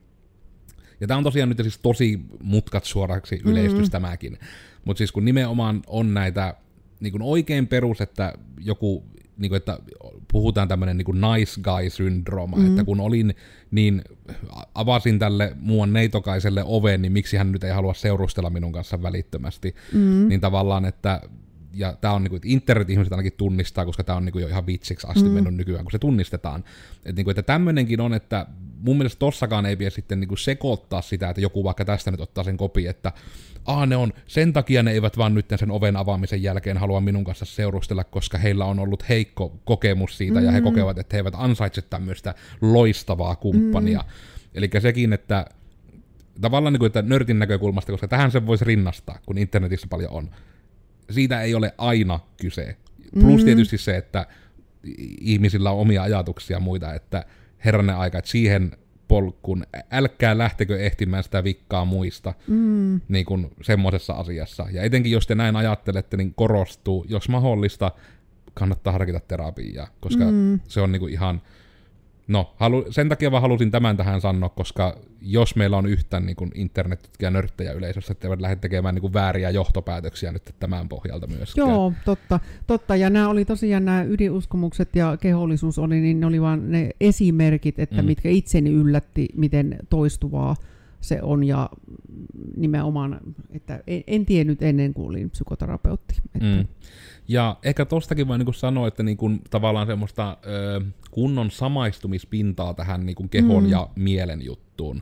ja tää on tosiaan nyt siis tosi mutkat suoraksi yleistys mm. tämäkin, mutta siis kun nimenomaan on näitä niin kuin oikein perus, että joku niin kuin, että puhutaan tämmöinen niin kuin nice guy-syndrooma, mm. että kun olin niin, avasin tälle muuan neitokaiselle oven, niin miksi hän nyt ei halua seurustella minun kanssa välittömästi, mm. niin tavallaan, että ja tämä on niinku, että internet-ihmiset ainakin tunnistaa, koska tämä on niinku jo ihan vitsiksi asti mm. mennyt nykyään, kun se tunnistetaan. Et niinku, että tämmöinenkin on, että mun mielestä tossakaan ei pidä sitten niinku sekoittaa sitä, että joku vaikka tästä nyt ottaa sen kopi, että aa ne on, sen takia ne eivät vaan nyt sen oven avaamisen jälkeen halua minun kanssa seurustella, koska heillä on ollut heikko kokemus siitä, mm. ja he kokevat, että he eivät ansaitse tämmöistä loistavaa kumppania. Mm. Eli sekin, että tavallaan niinku, että nörtin näkökulmasta, koska tähän se voisi rinnastaa, kun internetissä paljon on. Siitä ei ole aina kyse. Plus mm. tietysti se, että ihmisillä on omia ajatuksia ja muita, että herranen aika, että siihen polkuun, älkää lähtekö ehtimään sitä vikkaa muista mm. niin kuin semmoisessa asiassa. Ja etenkin jos te näin ajattelette, niin korostuu, jos mahdollista, kannattaa harkita terapiaa, koska mm. se on niin kuin ihan, no halu, sen takia vaan halusin tämän tähän sanoa, koska jos meillä on yhtään niin kuin internet- ja nörttejä yleisössä, että eivät lähde tekemään niin kuin vääriä johtopäätöksiä nyt tämän pohjalta myöskään. Joo, totta, totta. Ja nämä oli tosiaan nämä ydinuskomukset ja kehollisuus oli, niin ne oli vaan ne esimerkit, että mm. mitkä itseni yllätti, miten toistuvaa se on, ja nimenomaan, että en, en tiennyt ennen kuin olin psykoterapeutti. Että. Mm. Ja ehkä tostakin voi niin sanoa, että niin kuin tavallaan semmoista ö, kunnon samaistumispintaa tähän niin kuin kehon mm. ja mielen juttuun,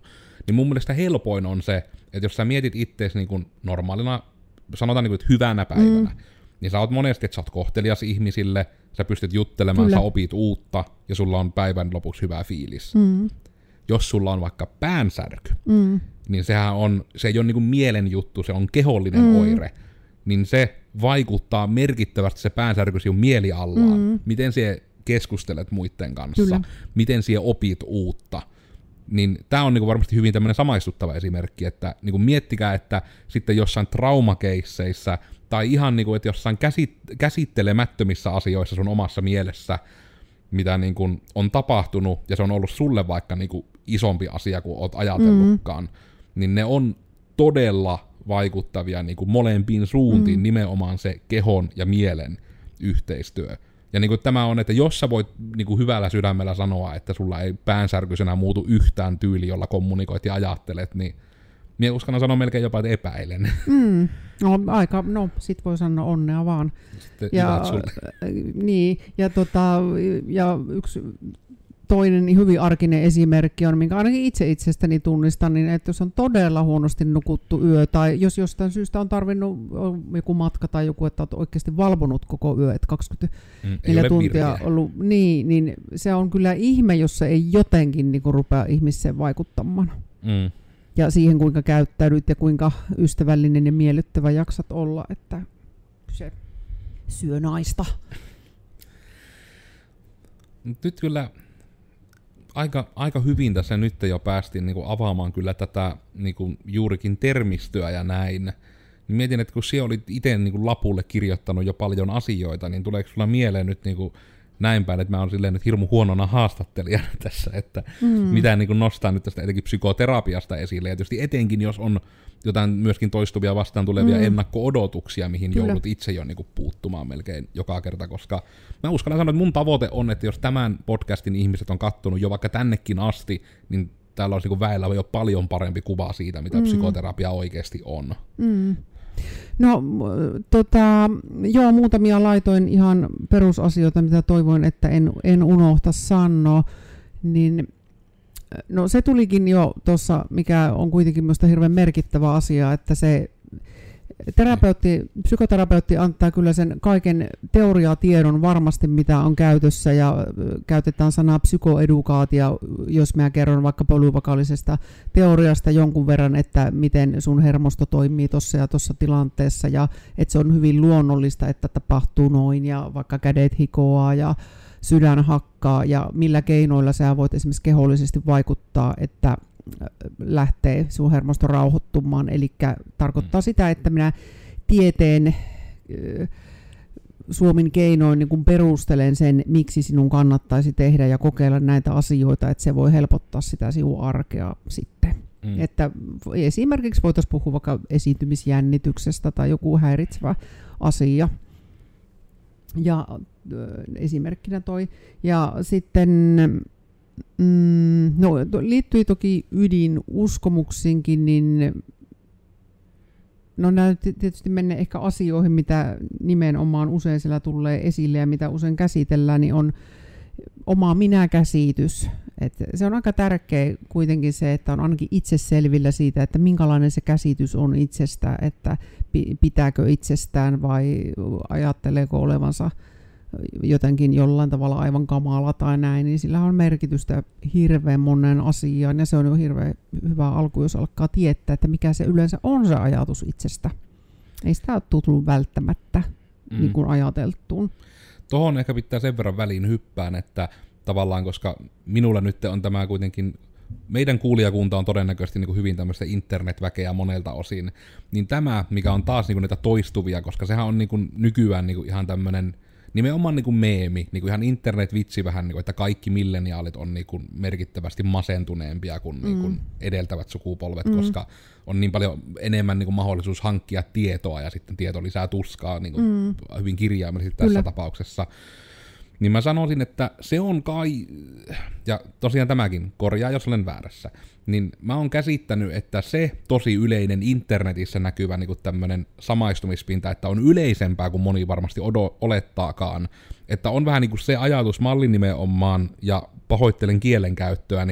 niin mun mielestä helpoin on se, että jos sä mietit ittees niin kuin normaalina, sanotaan niin kuin, että hyvänä päivänä, mm. niin sä oot monesti, että sä oot kohtelias ihmisille, sä pystyt juttelemaan, Kyllä. sä opit uutta, ja sulla on päivän lopuksi hyvä fiilis. Mm. Jos sulla on vaikka päänsärky, mm. niin sehän on, se ei ole niin kuin mielen juttu, se on kehollinen mm. oire, niin se vaikuttaa merkittävästi se päänsärky sinun mieliallaan. Mm. Miten se keskustelet muiden kanssa, Kyllä. miten siellä opit uutta. Niin tämä on niinku varmasti hyvin tämmöinen samaistuttava esimerkki, että niinku miettikää, että sitten jossain traumakeisseissä tai ihan niinku, että jossain käsit- käsittelemättömissä asioissa sun omassa mielessä, mitä niinku on tapahtunut, ja se on ollut sulle vaikka niinku isompi asia kuin oot ajatellutkaan, mm. niin ne on todella vaikuttavia niinku molempiin suuntiin, mm. nimenomaan se kehon ja mielen yhteistyö. Ja niin kuin tämä on, että jos sä voit niin kuin hyvällä sydämellä sanoa, että sulla ei päänsärkyisenä muutu yhtään tyyli, jolla kommunikoit ja ajattelet, niin minä uskallan sanoa melkein jopa, että epäilen. Mm. No aika, no sit voi sanoa onnea vaan. Sitten ja, niin, ja, tota, ja yksi toinen hyvin arkinen esimerkki on, minkä ainakin itse itsestäni tunnistan, niin että jos on todella huonosti nukuttu yö, tai jos jostain syystä on tarvinnut joku matka tai joku, että olet oikeasti valvonut koko yö, että kaksikymmentäneljä mm, tuntia virkeä. ollut, niin, niin se on kyllä ihme, jos se ei jotenkin niin kuin rupea ihmiseen vaikuttamaan. Mm. Ja siihen, kuinka käyttäydyt ja kuinka ystävällinen ja miellyttävä jaksat olla, että se syö naista. Nyt kyllä Aika, aika hyvin tässä nyt jo päästiin niin kuin avaamaan kyllä tätä niin kuin juurikin termistöä ja näin. Niin mietin, että kun sinä olit itse niin kuin lapulle kirjoittanut jo paljon asioita, niin tuleeko sulla mieleen nyt niin kuin näin päin, että mä oon silleen nyt hirmu huonona haastattelijana tässä, että mm. mitä niin kuin nostaa nyt tästä etenkin psykoterapiasta esille. Ja tietysti etenkin, jos on jotain myöskin toistuvia vastaan tulevia mm. ennakko-odotuksia, mihin Kyllä. joudut itse jo niin kuin puuttumaan melkein joka kerta, koska mä uskallan sanoa, että mun tavoite on, että jos tämän podcastin ihmiset on kattonut jo vaikka tännekin asti, niin täällä olisi niin kuin väellä jo paljon parempi kuva siitä, mitä mm. psykoterapia oikeasti on. Mm. No, tota, joo, muutamia laitoin ihan perusasioita, mitä toivoin, että en, en unohta sanoa, niin no se tulikin jo tuossa, mikä on kuitenkin minusta hirveän merkittävä asia, että se terapeutti, psykoterapeutti antaa kyllä sen kaiken teoriatiedon varmasti, mitä on käytössä, ja käytetään sanaa psykoedukaatio, jos mä kerron vaikka polyvakaalisesta teoriasta jonkun verran, että miten sun hermosto toimii tuossa ja tuossa tilanteessa, ja että se on hyvin luonnollista, että tapahtuu noin, ja vaikka kädet hikoaa ja sydän hakkaa, ja millä keinoilla sä voit esimerkiksi kehollisesti vaikuttaa, että lähtee sun hermosto rauhoittumaan. Eli tarkoittaa mm. sitä, että minä tieteen äh, suomin keinoin niin kun perustelen sen, miksi sinun kannattaisi tehdä ja kokeilla näitä asioita, että se voi helpottaa sitä sinun arkea sitten. Mm. Että esimerkiksi voitaisiin puhua vaikka esiintymisjännityksestä tai joku häiritsevä asia. Ja äh, esimerkkinä toi. Ja sitten Mm, no, liittyi toki ydinuskomuksiinkin, niin no nämä tietysti menee ehkä asioihin, mitä nimenomaan usein siellä tulee esille ja mitä usein käsitellään, niin on oma minäkäsitys. Et se on aika tärkeä kuitenkin se, että on ainakin itse selvillä siitä, että minkälainen se käsitys on itsestä, että pitääkö itsestään vai ajatteleeko olevansa jotenkin jollain tavalla aivan kamala tai näin, niin sillä on merkitystä hirveän monen asiaan, ja se on jo hirveän hyvä alku, jos alkaa tietää, että mikä se yleensä on se ajatus itsestä. Ei sitä ole tullut välttämättä mm. niin kuin ajateltuun. Tuohon ehkä pitää sen verran väliin hyppään, että tavallaan, koska minulla nyt on tämä kuitenkin, meidän kuulijakunta on todennäköisesti niin kuin hyvin tämmöistä internetväkeä monelta osin, niin tämä, mikä on taas niin kuin niitä toistuvia, koska sehän on niin kuin nykyään niin kuin ihan tämmöinen nimenomaan niin kuin meemi, niin kuin ihan internet-vitsi vähän, niin kuin, että kaikki milleniaalit on niin kuin merkittävästi masentuneempia kuin, mm. niin kuin edeltävät sukupolvet, mm. koska on niin paljon enemmän niin kuin mahdollisuus hankkia tietoa, ja sitten tieto lisää tuskaa niin kuin mm. hyvin kirjaimellisesti tässä Kyllä. tapauksessa. Niin mä sanoisin, että se on kai, ja tosiaan tämäkin, korjaa jos olen väärässä, niin mä oon käsittänyt, että se tosi yleinen internetissä näkyvä niin kuin tämmönen samaistumispinta, että on yleisempää kuin moni varmasti odo- olettaakaan, että on vähän niin kuin se ajatusmalli nimenomaan, ja pahoittelen kielenkäyttöäni,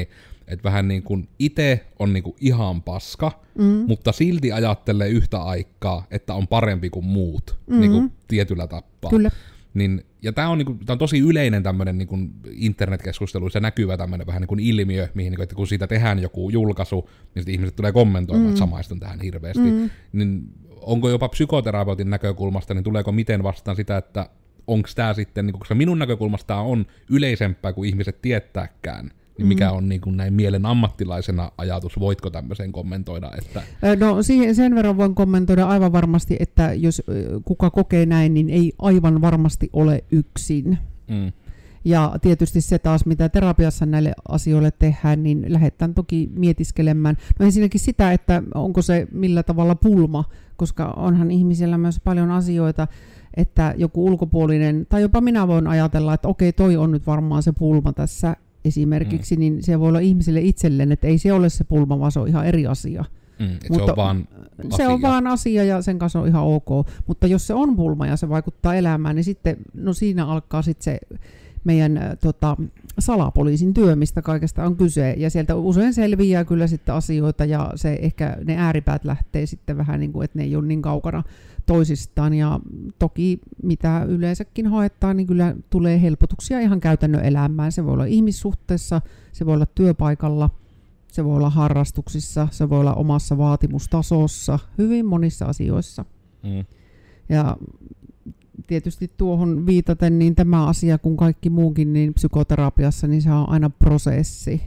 että vähän niin kuin itse on niin kuin ihan paska, mm. mutta silti ajattelee yhtä aikaa, että on parempi kuin muut mm-hmm. niin kuin tietyllä tappaa. Kyllä. Niin, ja tämä on, niinku, tää on tosi yleinen tämmöinen niinku internetkeskusteluissa näkyvä tämmöinen vähän niinku ilmiö, mihin niinku, että kun siitä tehdään joku julkaisu, niin sitten ihmiset tulee kommentoimaan, mm. että samaistun tähän hirveästi. Mm. Niin onko jopa psykoterapeutin näkökulmasta, niin tuleeko miten vastaan sitä, että onko tämä sitten, niinku, koska minun näkökulmasta tämä on yleisempää kuin ihmiset tietääkään, niin mikä on niin kuin näin mielen ammattilaisena ajatus? Voitko tämmöisen kommentoida? Että... No siihen, sen verran voin kommentoida aivan varmasti, että jos kuka kokee näin, niin ei aivan varmasti ole yksin. Mm. Ja tietysti se taas, mitä terapiassa näille asioille tehdään, niin lähdetään toki mietiskelemään. No ensinnäkin sitä, että onko se millä tavalla pulma, koska onhan ihmisillä myös paljon asioita, että joku ulkopuolinen, tai jopa minä voin ajatella, että okei, toi on nyt varmaan se pulma tässä, esimerkiksi, mm. niin se voi olla ihmiselle itselleen, että ei se ole se pulma, vaan se on ihan eri asia. Mm, Mutta se on vaan asia. Se on vaan asia ja sen kanssa on ihan ok. Mutta jos se on pulma ja se vaikuttaa elämään, niin sitten no siinä alkaa sitten se meidän tota, salapoliisin työ, mistä kaikesta on kyse. Ja sieltä usein selviää kyllä sitten asioita ja se ehkä ne ääripäät lähtee sitten vähän niin kuin, että ne ei ole niin kaukana toisistaan. Ja toki mitä yleensäkin haetaan, niin kyllä tulee helpotuksia ihan käytännön elämään. Se voi olla ihmissuhteessa, se voi olla työpaikalla, se voi olla harrastuksissa, se voi olla omassa vaatimustasossa, hyvin monissa asioissa. Mm. Ja tietysti tuohon viitaten, niin tämä asia kuin kaikki muukin niin psykoterapiassa, niin se on aina prosessi.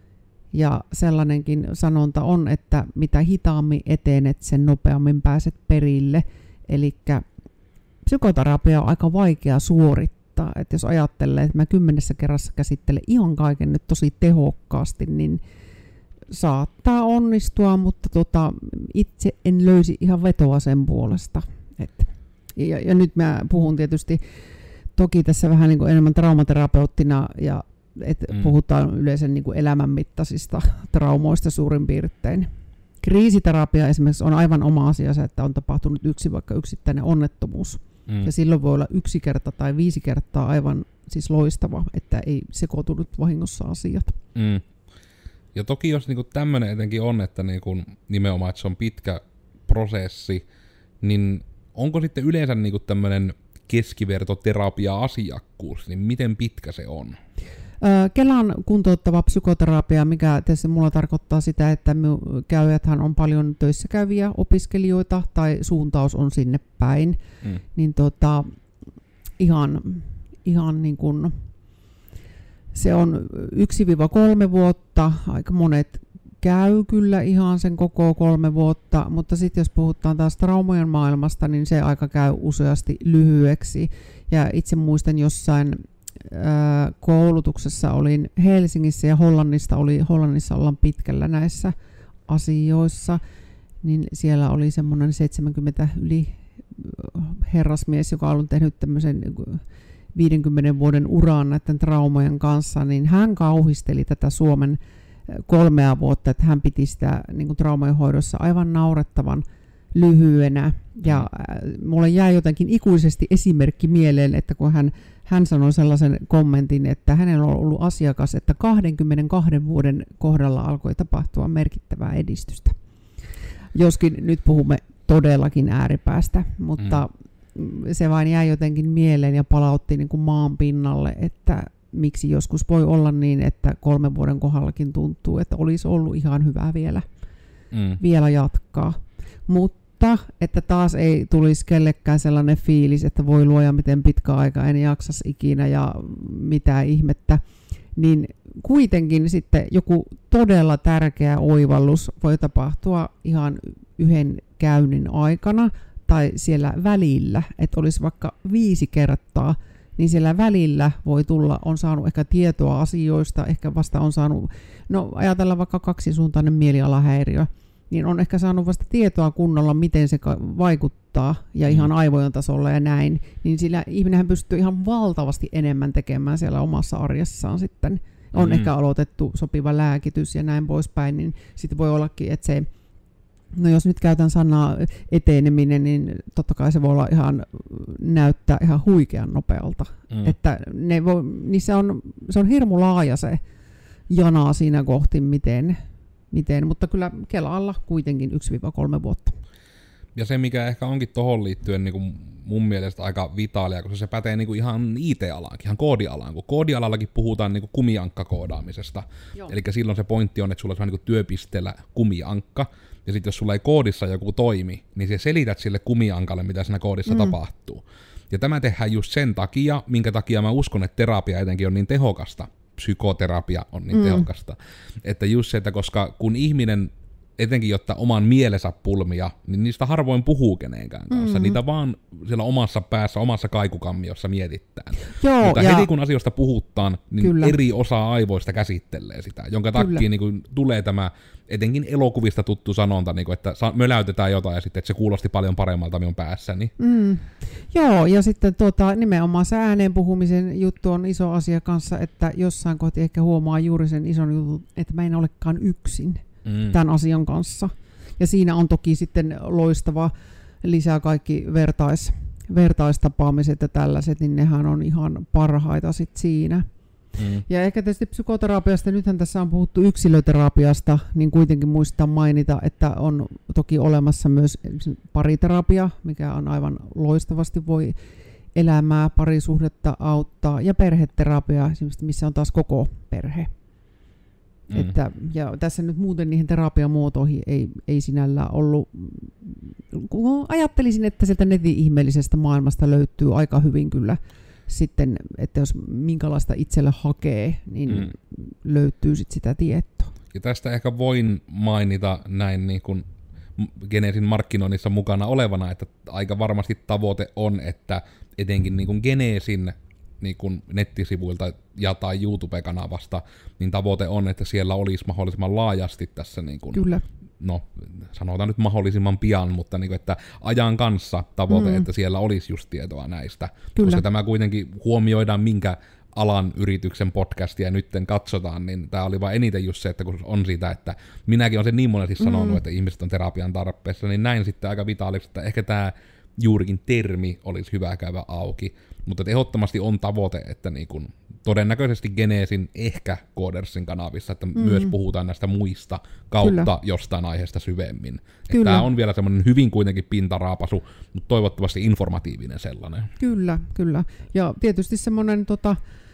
Ja sellainenkin sanonta on, että mitä hitaammin etenet, sen nopeammin pääset perille. Eli psykoterapia on aika vaikea suorittaa. Että jos ajattelee, että mä kymmenessä kerrassa käsittelen ihan kaiken nyt tosi tehokkaasti, niin saattaa onnistua, mutta tota, itse en löysi ihan vetoa sen puolesta. Että Ja, ja nyt mä puhun tietysti toki tässä vähän niin kuin enemmän traumaterapeuttina, ja et mm. puhutaan yleensä niin kuin elämänmittaisista traumoista suurin piirtein. Kriisiterapia esimerkiksi on aivan oma asiansa, että on tapahtunut yksi vaikka yksittäinen onnettomuus. Mm. Ja silloin voi olla yksi kerta tai viisi kertaa aivan siis loistava, että ei sekoitunut vahingossa asiat. Mm. Ja toki jos niin kuin tämmöinen etenkin on, että niin kuin nimenomaan että se on pitkä prosessi, niin onko sitten yleensä niinku tämmöinen keskivertoterapia-asiakkuus, niin miten pitkä se on? Kelan kuntouttava psykoterapia, mikä tässä mulla tarkoittaa sitä, että käyjäthän on paljon töissä käyviä opiskelijoita tai suuntaus on sinne päin, mm. niin tota, ihan, ihan niin kuin, se on yksi kolme vuotta, aika monet käy kyllä ihan sen koko kolme vuotta, mutta sitten jos puhutaan taas traumojen maailmasta, niin se aika käy useasti lyhyeksi. Ja itse muistan jossain ää, koulutuksessa olin Helsingissä ja Hollannista oli, Hollannissa ollaan pitkällä näissä asioissa, niin siellä oli semmoinen seitsemänkymmentä yli herrasmies, joka on tehnyt tämmöisen viidenkymmenen vuoden uran näiden traumojen kanssa, niin hän kauhisteli tätä Suomen kolmea vuotta, että hän piti sitä niin kuin traumojen hoidossa aivan naurettavan lyhyenä. Ja mulle jäi jotenkin ikuisesti esimerkki mieleen, että kun hän, hän sanoi sellaisen kommentin, että hänellä on ollut asiakas, että kaksikymmentäkaksi vuoden kohdalla alkoi tapahtua merkittävää edistystä. Joskin nyt puhumme todellakin ääripäästä, mutta mm. se vain jäi jotenkin mieleen ja palautti niin kuin maan pinnalle, että miksi joskus voi olla niin, että kolmen vuoden kohdallakin tuntuu, että olisi ollut ihan hyvä vielä, mm. vielä jatkaa. Mutta että taas ei tulisi kellekään sellainen fiilis, että voi luoja miten pitkä aika, en jaksas ikinä ja mitä ihmettä. Niin kuitenkin sitten joku todella tärkeä oivallus voi tapahtua ihan yhden käynnin aikana tai siellä välillä, että olisi vaikka viisi kertaa, niin siellä välillä voi tulla, on saanut ehkä tietoa asioista, ehkä vasta on saanut, no ajatellaan vaikka kaksisuuntainen mielialahäiriö, niin on ehkä saanut vasta tietoa kunnolla, miten se vaikuttaa ja ihan aivojen tasolla ja näin, niin sillä ihminenhän pystyy ihan valtavasti enemmän tekemään siellä omassa arjessaan sitten. On mm-hmm. ehkä aloitettu sopiva lääkitys ja näin poispäin, niin sitten voi ollakin, että se, no jos nyt käytän sanaa eteneminen, niin totta kai se voi olla ihan, näyttää ihan huikean nopealta. Mm. Että ne voi, niin se on, se on hirmu laaja se janaa siinä kohti, miten, miten. Mutta kyllä Kelalla kuitenkin yksi kolme vuotta. Ja se, mikä ehkä onkin tohon liittyen niin kuin mun mielestä aika vitaalia, koska se pätee niin kuin ihan I T-alaankin, ihan koodialaan, kun koodialallakin puhutaan niin kuin kumiankkakoodaamisesta. Eli silloin se pointti on, että sulla on niin kuin työpisteellä kumiankka, ja sitten jos sulla ei koodissa joku toimi, niin sä selität sille kumiankalle, mitä siinä koodissa mm. tapahtuu. Ja tämä tehdään just sen takia, minkä takia mä uskon, että terapia etenkin on niin tehokasta, psykoterapia on niin mm. tehokasta, että just se, että koska kun ihminen etenkin jotta oman mielensä pulmia, niin niistä harvoin puhuu kenenkään kanssa. Mm-hmm. Niitä vaan siellä omassa päässä, omassa kaikukammiossa mietitään. Joo, mutta ja heti kun asioista puhutaan, niin kyllä. eri osa aivoista käsittelee sitä, jonka takia niin kuin, tulee tämä etenkin elokuvista tuttu sanonta, niin kuin, että möläytetään jotain ja sitten, että se kuulosti paljon paremmalta minun päässäni. Mm. Joo, ja sitten tota, nimenomaan se ääneen puhumisen juttu on iso asia kanssa, että jossain kohti ehkä huomaa juuri sen ison jutun, että mä en olekaan yksin. Mm. tämän asian kanssa. Ja siinä on toki sitten loistava lisää kaikki vertais, vertaistapaamiset ja tällaiset, niin nehän on ihan parhaita sit siinä. Mm. Ja ehkä tietysti psykoterapiasta, nythän tässä on puhuttu yksilöterapiasta, niin kuitenkin muistaa mainita, että on toki olemassa myös pariterapia, mikä on aivan loistavasti voi elämää, parisuhdetta auttaa, ja perheterapia, missä on taas koko perhe. Mm. Että, ja tässä nyt muuten niihin terapiamuotoihin ei, ei sinällään ollut, kun ajattelisin, että sieltä netin ihmeellisestä maailmasta löytyy aika hyvin kyllä sitten, että jos minkälaista itsellä hakee, niin mm. löytyy sit sitä tietoa. Ja tästä ehkä voin mainita näin niin kuin Geneesin markkinoinnissa mukana olevana, että aika varmasti tavoite on, että etenkin niin kuin Geneesin niin kuin nettisivuilta ja tai YouTube-kanavasta, niin tavoite on, että siellä olisi mahdollisimman laajasti tässä, niin kuin, Kyllä. no sanotaan nyt mahdollisimman pian, mutta niin kuin, että ajan kanssa tavoite, mm. että siellä olisi just tietoa näistä. Kyllä. Koska tämä kuitenkin huomioidaan, minkä alan yrityksen podcastia nytten katsotaan, niin tämä oli vain eniten just se, että kun on siitä, että minäkin olen sen niin monesti sanonut, mm. että ihmiset on terapian tarpeessa, niin näin sitten aika vitaaliksi, että ehkä tämä juurikin termi olisi hyvä käydä auki, mutta ehdottomasti on tavoite, että niin kun todennäköisesti Geneesin, ehkä Codersin kanavissa, että mm. myös puhutaan näistä muista kautta Kyllä. jostain aiheesta syvemmin. Tämä on vielä semmoinen hyvin kuitenkin pintaraapasu, mutta toivottavasti informatiivinen sellainen. Kyllä, kyllä. Ja tietysti semmoinen tota,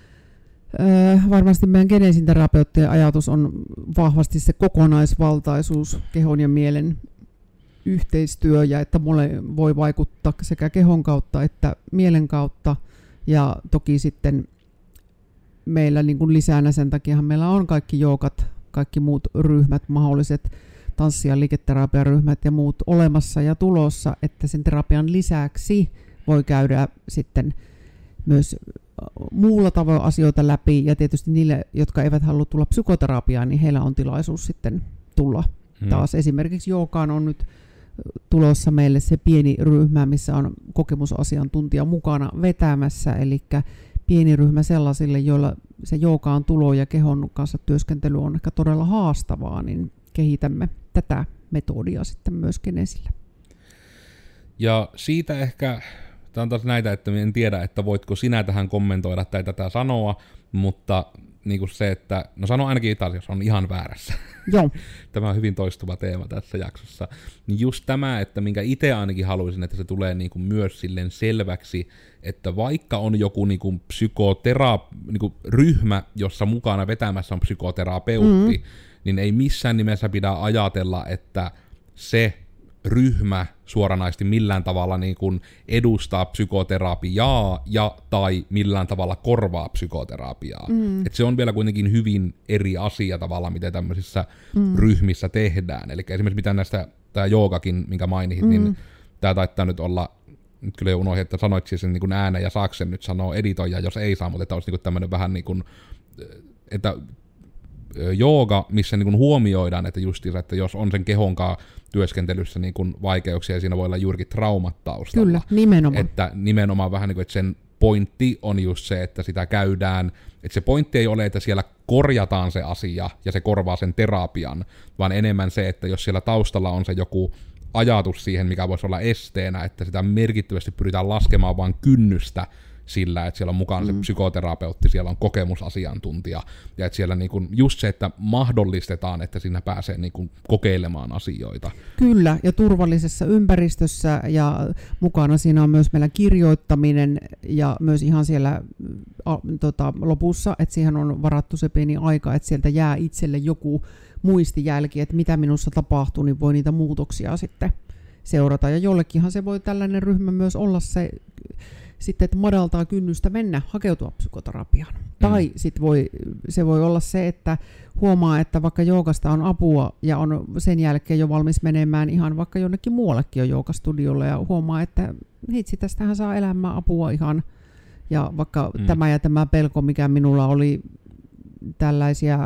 äh, varmasti meidän Geneesin terapeuttien ajatus on vahvasti se kokonaisvaltaisuus kehon ja mielen yhteistyö, ja että mulle voi vaikuttaa sekä kehon kautta että mielen kautta, ja toki sitten meillä niin kuin lisänä sen takiahan meillä on kaikki joogat, kaikki muut ryhmät, mahdolliset tanssi- ja liiketerapiaryhmät ja muut olemassa ja tulossa, että sen terapian lisäksi voi käydä sitten myös muulla tavoin asioita läpi, ja tietysti niille, jotka eivät halua tulla psykoterapiaan, niin heillä on tilaisuus sitten tulla hmm. taas. Esimerkiksi joogaan on nyt tulossa meille se pieni ryhmä, missä on kokemusasiantuntija mukana vetämässä, eli pieni ryhmä sellaisille, joilla se joogaan tulo ja kehon kanssa työskentely on ehkä todella haastavaa, niin kehitämme tätä metodia sitten myös Geneesillä. Ja siitä ehkä, tämä on taas näitä, että en tiedä, että voitko sinä tähän kommentoida tai tätä sanoa, mutta niin kuin se, että, no sano ainakin Italia, jos on ihan väärässä. Joo. Tämä on hyvin toistuva teema tässä jaksossa. Niin just tämä, että minkä itse ainakin haluaisin, että se tulee niin kuin myös silleen selväksi, että vaikka on joku niin kuin psykotera- niin kuin ryhmä, jossa mukana vetämässä on psykoterapeutti, mm. niin ei missään nimessä pidä ajatella, että se ryhmä suoranaisesti millään tavalla niin kuin edustaa psykoterapiaa ja tai millään tavalla korvaa psykoterapiaa. Mm. Et se on vielä kuitenkin hyvin eri asia tavallaan, miten tämmöisissä mm. ryhmissä tehdään. Eli esimerkiksi mitä näistä, tämä joogakin, minkä mainitsit, mm. niin tämä taittaa nyt olla, nyt kyllä jo unohdin, että sanoit sen niin kuin ääneen ja saako sen nyt sanoa editoija, jos ei saa, mutta että olisi niin kuin tämmöinen vähän niin kuin, että jooga, missä niin kuin huomioidaan, että justiinsa, että jos on sen kehonkaan työskentelyssä niin kuin vaikeuksia, ja siinä voi olla juurikin traumat taustalla. Kyllä, nimenomaan. Että nimenomaan vähän niin kuin, että sen pointti on just se, että sitä käydään, että se pointti ei ole, että siellä korjataan se asia, ja se korvaa sen terapian, vaan enemmän se, että jos siellä taustalla on se joku ajatus siihen, mikä voisi olla esteenä, että sitä merkittävästi pyritään laskemaan vaan kynnystä sillä, että siellä on mukana mm. se psykoterapeutti, siellä on kokemusasiantuntija, ja että siellä niin kuin just se, että mahdollistetaan, että siinä pääsee niin kuin kokeilemaan asioita. Kyllä, ja turvallisessa ympäristössä, ja mukana siinä on myös meillä kirjoittaminen, ja myös ihan siellä a, tota, lopussa, että siihen on varattu se pieni aika, että sieltä jää itselle joku muistijälki, että mitä minussa tapahtuu, niin voi niitä muutoksia sitten seurata. Ja jollekinhan se voi tällainen ryhmä myös olla se, sitten, että madaltaa kynnystä mennä hakeutua psykoterapiaan. Mm. Tai sitten voi, se voi olla se, että huomaa, että vaikka joogasta on apua ja on sen jälkeen jo valmis menemään ihan vaikka jonnekin muuallekin jo joogastudiolle ja huomaa, että hitsi, tästähän saa elämään apua ihan. Ja vaikka mm. tämä ja tämä pelko, mikä minulla oli tällaisia,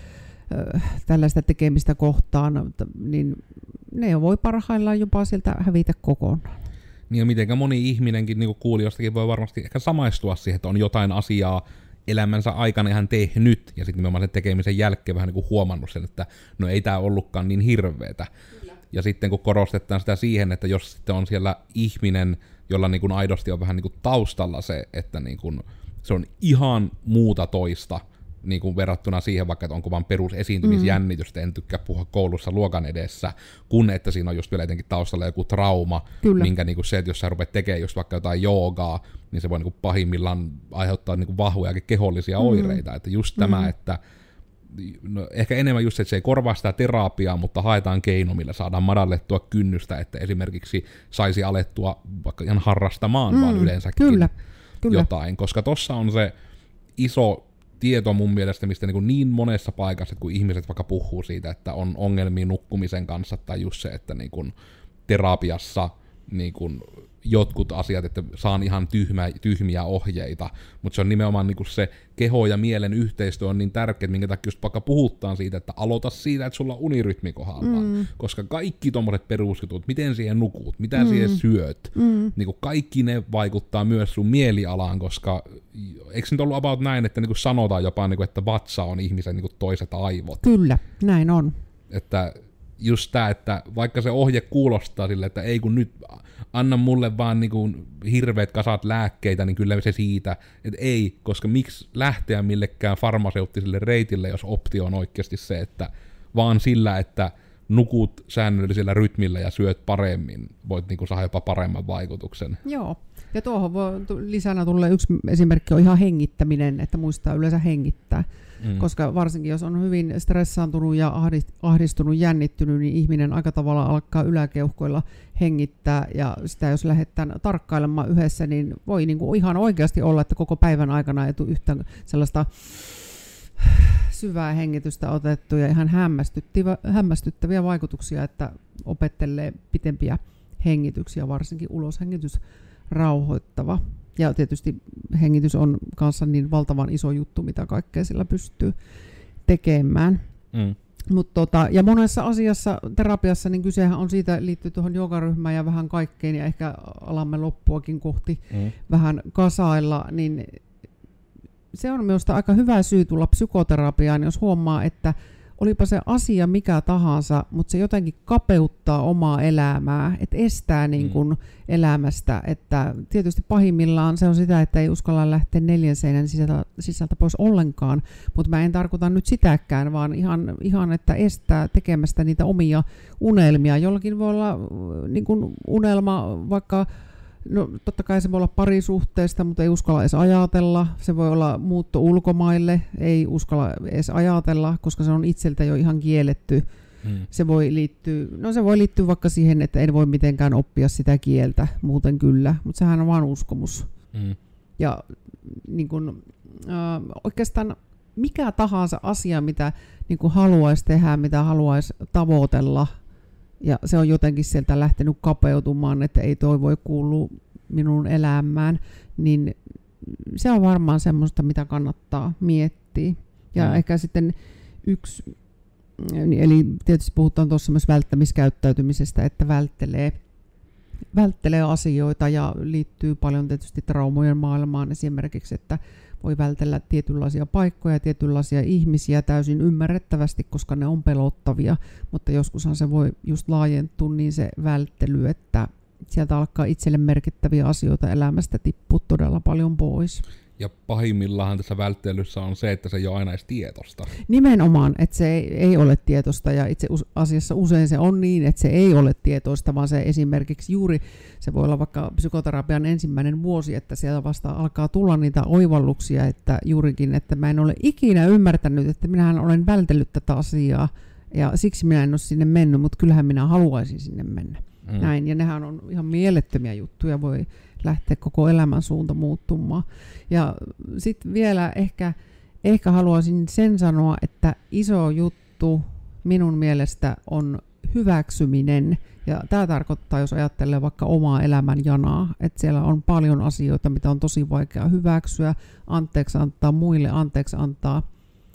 äh, tällaista tekemistä kohtaan, niin ne voi parhaillaan jopa sieltä hävitä kokonaan. Niin ja mitenkä moni ihminenkin, niin kuin kuulijoistakin, voi varmasti ehkä samaistua siihen, että on jotain asiaa elämänsä aikana ihan tehnyt, ja sitten nimenomaan sen tekemisen jälkeen vähän niin kuin huomannut sen, että no ei tämä ollutkaan niin hirveetä. Kyllä. Ja sitten kun korostetaan sitä siihen, että jos sitten on siellä ihminen, jolla niin kuin aidosti on vähän niin kuin taustalla se, että niin kuin se on ihan muuta toista, niin kuin verrattuna siihen vaikka, että onko vaan perusesiintymisjännitystä, mm. en tykkää puhua koulussa luokan edessä, kun että siinä on just vielä jotenkin taustalla joku trauma, Kyllä. minkä niin kuin se, että jos sä rupeat tekemään just vaikka jotain joogaa, niin se voi niin kuin pahimmillaan aiheuttaa niin kuin vahvojakin kehollisia mm. oireita, että just mm. tämä, että no, ehkä enemmän just, että se ei korvaa sitä terapiaa, mutta haetaan keino, millä saadaan madallettua kynnystä, että esimerkiksi saisi alettua vaikka ihan harrastamaan, mm. vaan yleensäkin Kyllä. Kyllä. jotain, koska tossa on se iso tieto mun mielestä, mistä niin, niin monessa paikassa, että kun ihmiset vaikka puhuu siitä, että on ongelmia nukkumisen kanssa, tai just se, että niin kuin terapiassa niin kuin jotkut asiat, että saan ihan tyhmä, tyhmiä ohjeita, mutta se on nimenomaan niin kuin se keho ja mielen yhteistyö on niin tärkeä, minkä takia just vaikka puhutaan siitä, että aloita siitä, että sulla on unirytmi kohdallaan, mm. koska kaikki tommoset perusjutut, miten siihen nukut, mitä mm. siihen syöt, mm. niin kuin kaikki ne vaikuttaa myös sun mielialaan, koska eikö nyt ollut about näin, että niin kuin sanotaan jopa, niin kuin, että vatsa on ihmisen niin kuin toiset aivot? Kyllä, näin on. Että just tää, että vaikka se ohje kuulostaa sille, että ei kun nyt anna mulle vaan niinku hirveät kasat lääkkeitä, niin kyllä se siitä, että ei, koska miksi lähteä millekään farmaseuttiselle reitille, jos optio on oikeasti se, että vaan sillä, että nukut säännöllisellä rytmillä ja syöt paremmin, voit niinku saada jopa paremman vaikutuksen. Joo, ja tuohon voi lisänä tulla yksi esimerkki on ihan hengittäminen, että muistaa yleensä hengittää. Mm. Koska varsinkin jos on hyvin stressaantunut ja ahdistunut, jännittynyt, niin ihminen aika tavalla alkaa yläkeuhkoilla hengittää, ja sitä jos lähdetään tarkkailemaan yhdessä, niin voi niin kuin ihan oikeasti olla, että koko päivän aikana ei tule yhtään sellaista syvää hengitystä otettu ja ihan hämmästyttäviä vaikutuksia, että opettelee pitempiä hengityksiä, varsinkin uloshengitys rauhoittava. Ja tietysti hengitys on kanssa niin valtavan iso juttu, mitä kaikkea sillä pystyy tekemään. Mm. Mut tota, ja monessa asiassa terapiassa niin kysehän on siitä liittyy tuohon joogaryhmään ja vähän kaikkeen, ja ehkä alamme loppuakin kohti mm. vähän kasailla, niin se on minusta aika hyvä syy tulla psykoterapiaan, jos huomaa, että olipa se asia mikä tahansa, mutta se jotenkin kapeuttaa omaa elämää, että estää niin kuin mm. elämästä. Että tietysti pahimmillaan se on sitä, että ei uskalla lähteä neljän seinän sisältä, sisältä pois ollenkaan, mutta mä en tarkoita nyt sitäkään, vaan ihan, ihan että estää tekemästä niitä omia unelmia. Jollakin voi olla niin kuin unelma vaikka, no totta kai se voi olla parisuhteesta, mutta ei uskalla edes ajatella. Se voi olla muutto ulkomaille, ei uskalla edes ajatella, koska se on itseltä jo ihan kielletty. Hmm. Se voi liittyä, no se voi liittyä vaikka siihen, että en voi mitenkään oppia sitä kieltä, muuten kyllä, mutta sehän on vaan uskomus. Hmm. Ja niin kun, äh, oikeastaan mikä tahansa asia, mitä niin kun haluaisi tehdä, mitä haluaisi tavoitella, ja se on jotenkin sieltä lähtenyt kapeutumaan, että ei toi voi kuulua minun elämään, niin se on varmaan semmoista, mitä kannattaa miettiä. Ja mm. ehkä sitten yksi, eli tietysti puhutaan tuossa myös välttämiskäyttäytymisestä, että välttelee, välttelee asioita ja liittyy paljon tietysti traumojen maailmaan esimerkiksi, että voi vältellä tietynlaisia paikkoja, tietynlaisia ihmisiä täysin ymmärrettävästi, koska ne on pelottavia, mutta joskushan se voi just laajentua niin se välttely, että sieltä alkaa itselle merkittäviä asioita elämästä tippua todella paljon pois. Ja pahimmillaan tässä välttelyssä on se, että se ei ole aina edes tietosta. Nimenomaan, että se ei, ei ole tietosta, ja itse asiassa usein se on niin, että se ei ole tietoista, vaan se esimerkiksi juuri, se voi olla vaikka psykoterapian ensimmäinen vuosi, että sieltä vasta alkaa tulla niitä oivalluksia, että juurikin, että mä en ole ikinä ymmärtänyt, että minähän olen vältellyt tätä asiaa, ja siksi minä en ole sinne mennyt, mutta kyllähän minä haluaisin sinne mennä. Mm. Näin, ja nehän on ihan mielettömiä juttuja, voi lähteä koko elämän suunta muuttumaan. Ja sitten vielä ehkä, ehkä haluaisin sen sanoa, että iso juttu minun mielestä on hyväksyminen. Ja tämä tarkoittaa, jos ajattelee vaikka omaa elämän janaa, että siellä on paljon asioita, mitä on tosi vaikea hyväksyä, anteeksi antaa muille, anteeksi antaa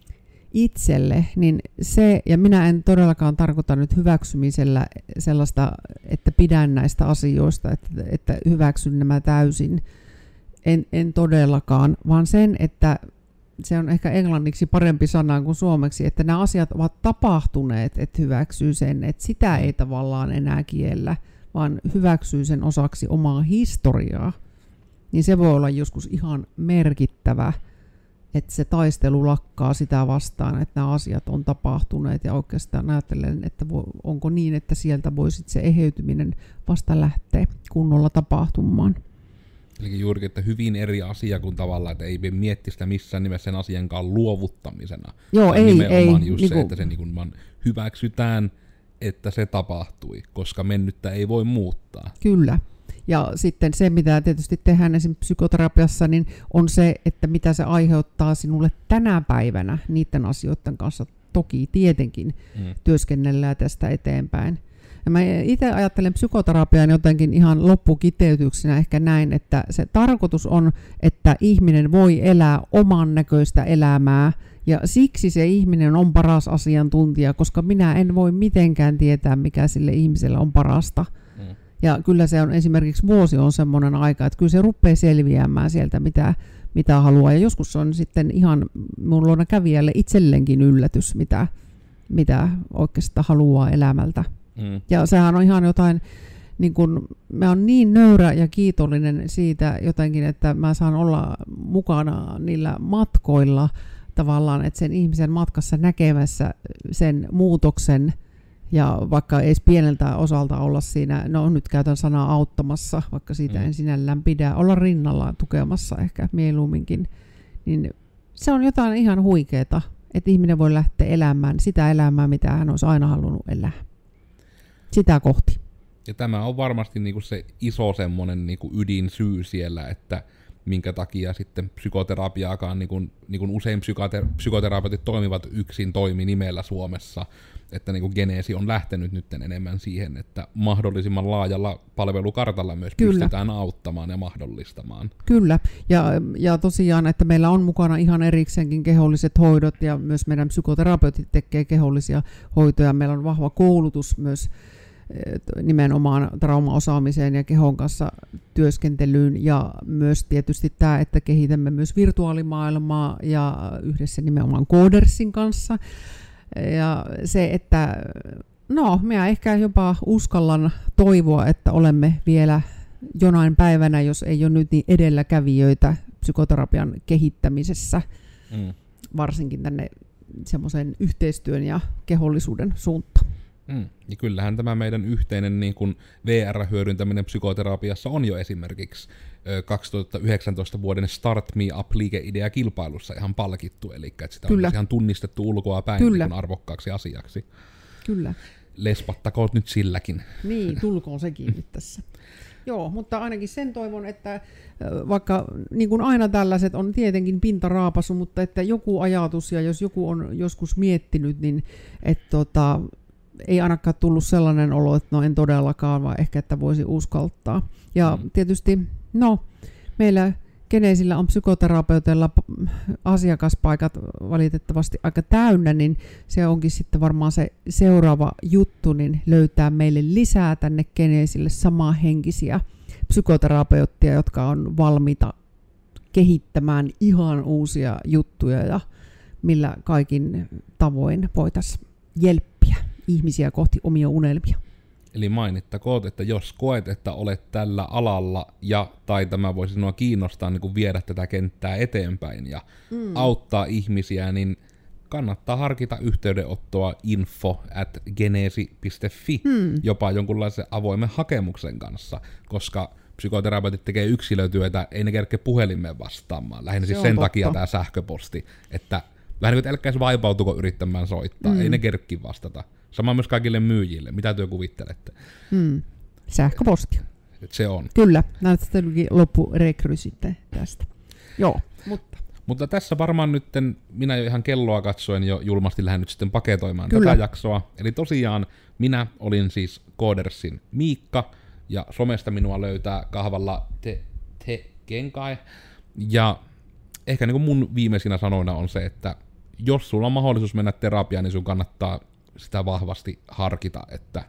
itselle, niin se, ja minä en todellakaan tarkoita nyt hyväksymisellä sellaista, että pidän näistä asioista, että, että hyväksyn nämä täysin, en, en todellakaan, vaan sen, että se on ehkä englanniksi parempi sana kuin suomeksi, että nämä asiat ovat tapahtuneet, että hyväksyy sen, että sitä ei tavallaan enää kiellä, vaan hyväksyy sen osaksi omaa historiaa, niin se voi olla joskus ihan merkittävä, että se taistelu lakkaa sitä vastaan, että nämä asiat on tapahtuneet, ja oikeastaan ajattelen, että onko niin, että sieltä voisi se eheytyminen vasta lähteä kunnolla tapahtumaan. Eli juurikin, että hyvin eri asia kuin tavallaan, että ei mietti sitä missään nimessä sen asiankaan luovuttamisena. Joo, ei, nimenomaan ei. Just niinku... se, että se niin kuin hyväksytään, että se tapahtui, koska mennyttä ei voi muuttaa. Kyllä. Ja sitten se, mitä tietysti tehdään esimerkiksi psykoterapiassa, niin on se, että mitä se aiheuttaa sinulle tänä päivänä niiden asioiden kanssa. Toki tietenkin mm. työskennellään tästä eteenpäin. Ja mä itse ajattelen psykoterapian jotenkin ihan loppukiteytyksenä ehkä näin, että se tarkoitus on, että ihminen voi elää oman näköistä elämää, ja siksi se ihminen on paras asiantuntija, koska minä en voi mitenkään tietää, mikä sille ihmiselle on parasta. Mm. Ja kyllä se on esimerkiksi vuosi on semmoinen aika, että kyllä se rupeaa selviämään sieltä, mitä, mitä haluaa. Ja joskus on sitten ihan mun luona kävijälle itsellenkin yllätys, mitä, mitä oikeastaan haluaa elämältä. Mm. Ja sehän on ihan jotain, niin kun, mä oon niin nöyrä ja kiitollinen siitä jotenkin, että mä saan olla mukana niillä matkoilla tavallaan, että sen ihmisen matkassa näkemässä sen muutoksen, ja vaikka ei pieneltä osalta olla siinä, no nyt käytän sanaa auttamassa, vaikka siitä mm. en sinällään pidä, olla rinnalla tukemassa ehkä mieluumminkin, niin se on jotain ihan huikeeta, että ihminen voi lähteä elämään sitä elämää, mitä hän olisi aina halunnut elää. Sitä kohti. Ja tämä on varmasti niinku se iso semmoinen niinku ydinsyy siellä, että minkä takia sitten psykoterapiaakaan, niin kuin, niin kuin usein psykoter- psykoterapeutit toimivat yksin toiminimellä Suomessa, että niin kuin Geneesi on lähtenyt nyt enemmän siihen, että mahdollisimman laajalla palvelukartalla myös Kyllä. pystytään auttamaan ja mahdollistamaan. Kyllä, ja, ja tosiaan, että meillä on mukana ihan erikseenkin keholliset hoidot, ja myös meidän psykoterapeutit tekee kehollisia hoitoja. Meillä on vahva koulutus myös nimenomaan traumaosaamiseen ja kehon kanssa työskentelyyn, ja myös tietysti tämä, että kehitämme myös virtuaalimaailmaa ja yhdessä nimenomaan Codersin kanssa. Ja se, että no, minä ehkä jopa uskallan toivoa, että olemme vielä jonain päivänä, jos ei ole nyt niin edelläkävijöitä psykoterapian kehittämisessä, mm. varsinkin tänne semmoisen yhteistyön ja kehollisuuden suuntaan. Mm. Ja kyllähän tämä meidän yhteinen niin kuin V R-hyödyntäminen psykoterapiassa on jo esimerkiksi ö, kaksituhattayhdeksäntoista vuoden Start Me Up-liikeidea-kilpailussa ihan palkittu, eli että sitä Kyllä. on ihan tunnistettu ulkoa päin niin kuin arvokkaaksi asiaksi. Kyllä. Lespattakoot nyt silläkin. Niin, tulkoon sekin nyt tässä. Joo, mutta ainakin sen toivon, että vaikka niin kuin aina tällaiset on tietenkin pintaraapasu, mutta että joku ajatus, ja jos joku on joskus miettinyt, niin että tota, ei ainakaan tullut sellainen olo, että no en todellakaan, vaan ehkä, että voisi uskaltaa. Ja mm. tietysti, no, meillä Geneesillä on psykoterapeuteilla asiakaspaikat valitettavasti aika täynnä, niin se onkin sitten varmaan se seuraava juttu, niin löytää meille lisää tänne Geneesille samanhenkisiä psykoterapeutteja, jotka on valmiita kehittämään ihan uusia juttuja, ja millä kaikin tavoin voitaisiin jelppiä ihmisiä kohti omia unelmia. Eli mainittakoon, että jos koet, että olet tällä alalla ja tai tämä voisi sinua kiinnostaa niin kuin viedä tätä kenttää eteenpäin ja mm. auttaa ihmisiä, niin kannattaa harkita yhteydenottoa info at genesi piste fi hmm. jopa jonkunlaisen avoimen hakemuksen kanssa, koska psykoterapeutit tekee yksilötyötä, ei ne kerke puhelimeen vastaamaan. Lähinnä siis sen totta. takia tämä sähköposti, että vähän niin kuin älkää vaipautuko yrittämään soittaa, hmm. ei ne kerkki vastata. Sama myös kaikille myyjille, mitä työ kuvittelette. Hmm. Sähköposti. Et se on. Kyllä, näyttää loppurekry sitten tästä. Joo, mutta... Mutta tässä varmaan nyt minä jo ihan kelloa katsoen jo julmasti lähden nyt sitten paketoimaan Kyllä. tätä jaksoa. Eli tosiaan minä olin siis Codersin Miikka, ja somesta minua löytää kahvalla te, te kenkai. Ja ehkä niin kuin mun viimeisinä sanoina on se, että jos sulla on mahdollisuus mennä terapiaan, niin sun kannattaa sitä vahvasti harkita, että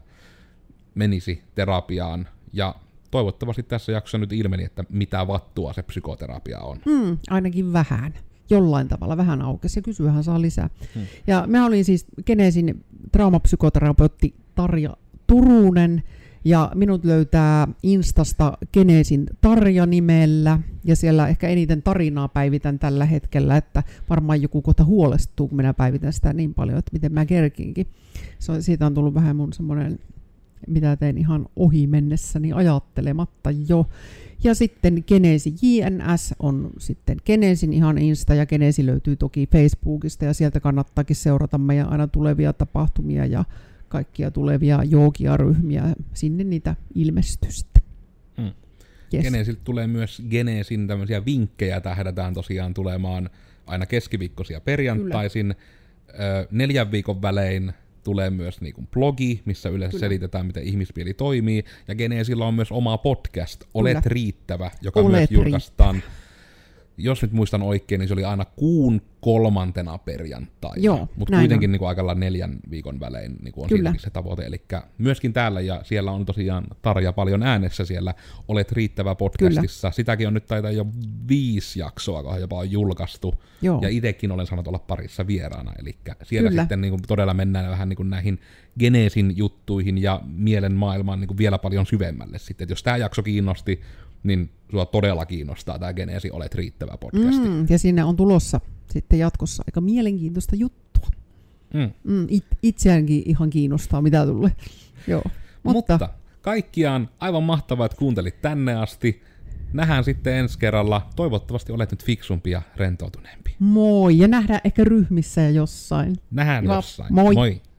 menisi terapiaan. Ja toivottavasti tässä jaksossa nyt ilmeni, että mitä vattua se psykoterapia on. Mm, ainakin vähän. Jollain tavalla vähän aukesi, ja kysyähän saa lisää. Hmm. Ja mä olin siis Genesin traumapsykoterapeutti Tarja Turunen, ja minut löytää Instasta Genesin Tarja nimellä, ja siellä ehkä eniten tarinaa päivitän tällä hetkellä, että varmaan joku kohta huolestuu, kun minä päivitän sitä niin paljon, että miten mä kerkinkin. Se on, siitä on tullut vähän mun semmoinen, mitä tein ihan ohi mennessäni ajattelematta jo. Ja sitten Genesi J N S on sitten Genesin ihan Insta, ja Genesi löytyy toki Facebookista, ja sieltä kannattaakin seurata meidän aina tulevia tapahtumia ja kaikkia tulevia joogia-ryhmiä. Sinne niitä ilmestyy sitten. Hmm. Yes. Genesiltä tulee myös Genesin tämmöisiä vinkkejä, tähdätään tosiaan tulemaan aina keskiviikkoisia perjantaisin. Ö, neljän viikon välein tulee myös niin kuin blogi, missä yleensä Kyllä. selitetään, miten ihmispieli toimii. Ja Genesillä on myös oma podcast, Olet Kyllä. riittävä, joka Olet myös julkaistaan. Riittävä. Jos nyt muistan oikein, niin se oli aina kuun kolmantena perjantaina. Mutta kuitenkin niin kuin aika neljän viikon välein niin kuin on siinäkin se tavoite. Eli myöskin täällä, ja siellä on tosiaan Tarja paljon äänessä siellä Olet riittävä podcastissa. Kyllä. Sitäkin on nyt taitaa jo viisi jaksoa, kun jopa on julkaistu. Joo. Ja itsekin olen saanut olla parissa vieraana. Eli siellä Kyllä. sitten niin kuin todella mennään vähän niin kuin näihin Genesin juttuihin ja mielen maailmaan niin kuin vielä paljon syvemmälle. Sitten, että jos tämä jakso kiinnosti, niin sua todella kiinnostaa tämä Genesi Olet riittävä podcasti. Mm, ja sinne on tulossa sitten jatkossa aika mielenkiintoista juttua. Mm. Mm, it, itseäänkin ihan kiinnostaa, mitä tulee. Joo. Mutta, Mutta kaikkiaan aivan mahtavaa, että kuuntelit tänne asti. Nähdään sitten ensi kerralla. Toivottavasti olet nyt fiksumpi ja rentoutuneempi. Moi, ja nähdään ehkä ryhmissä ja jossain. Nähdään jossain. Moi. Moi.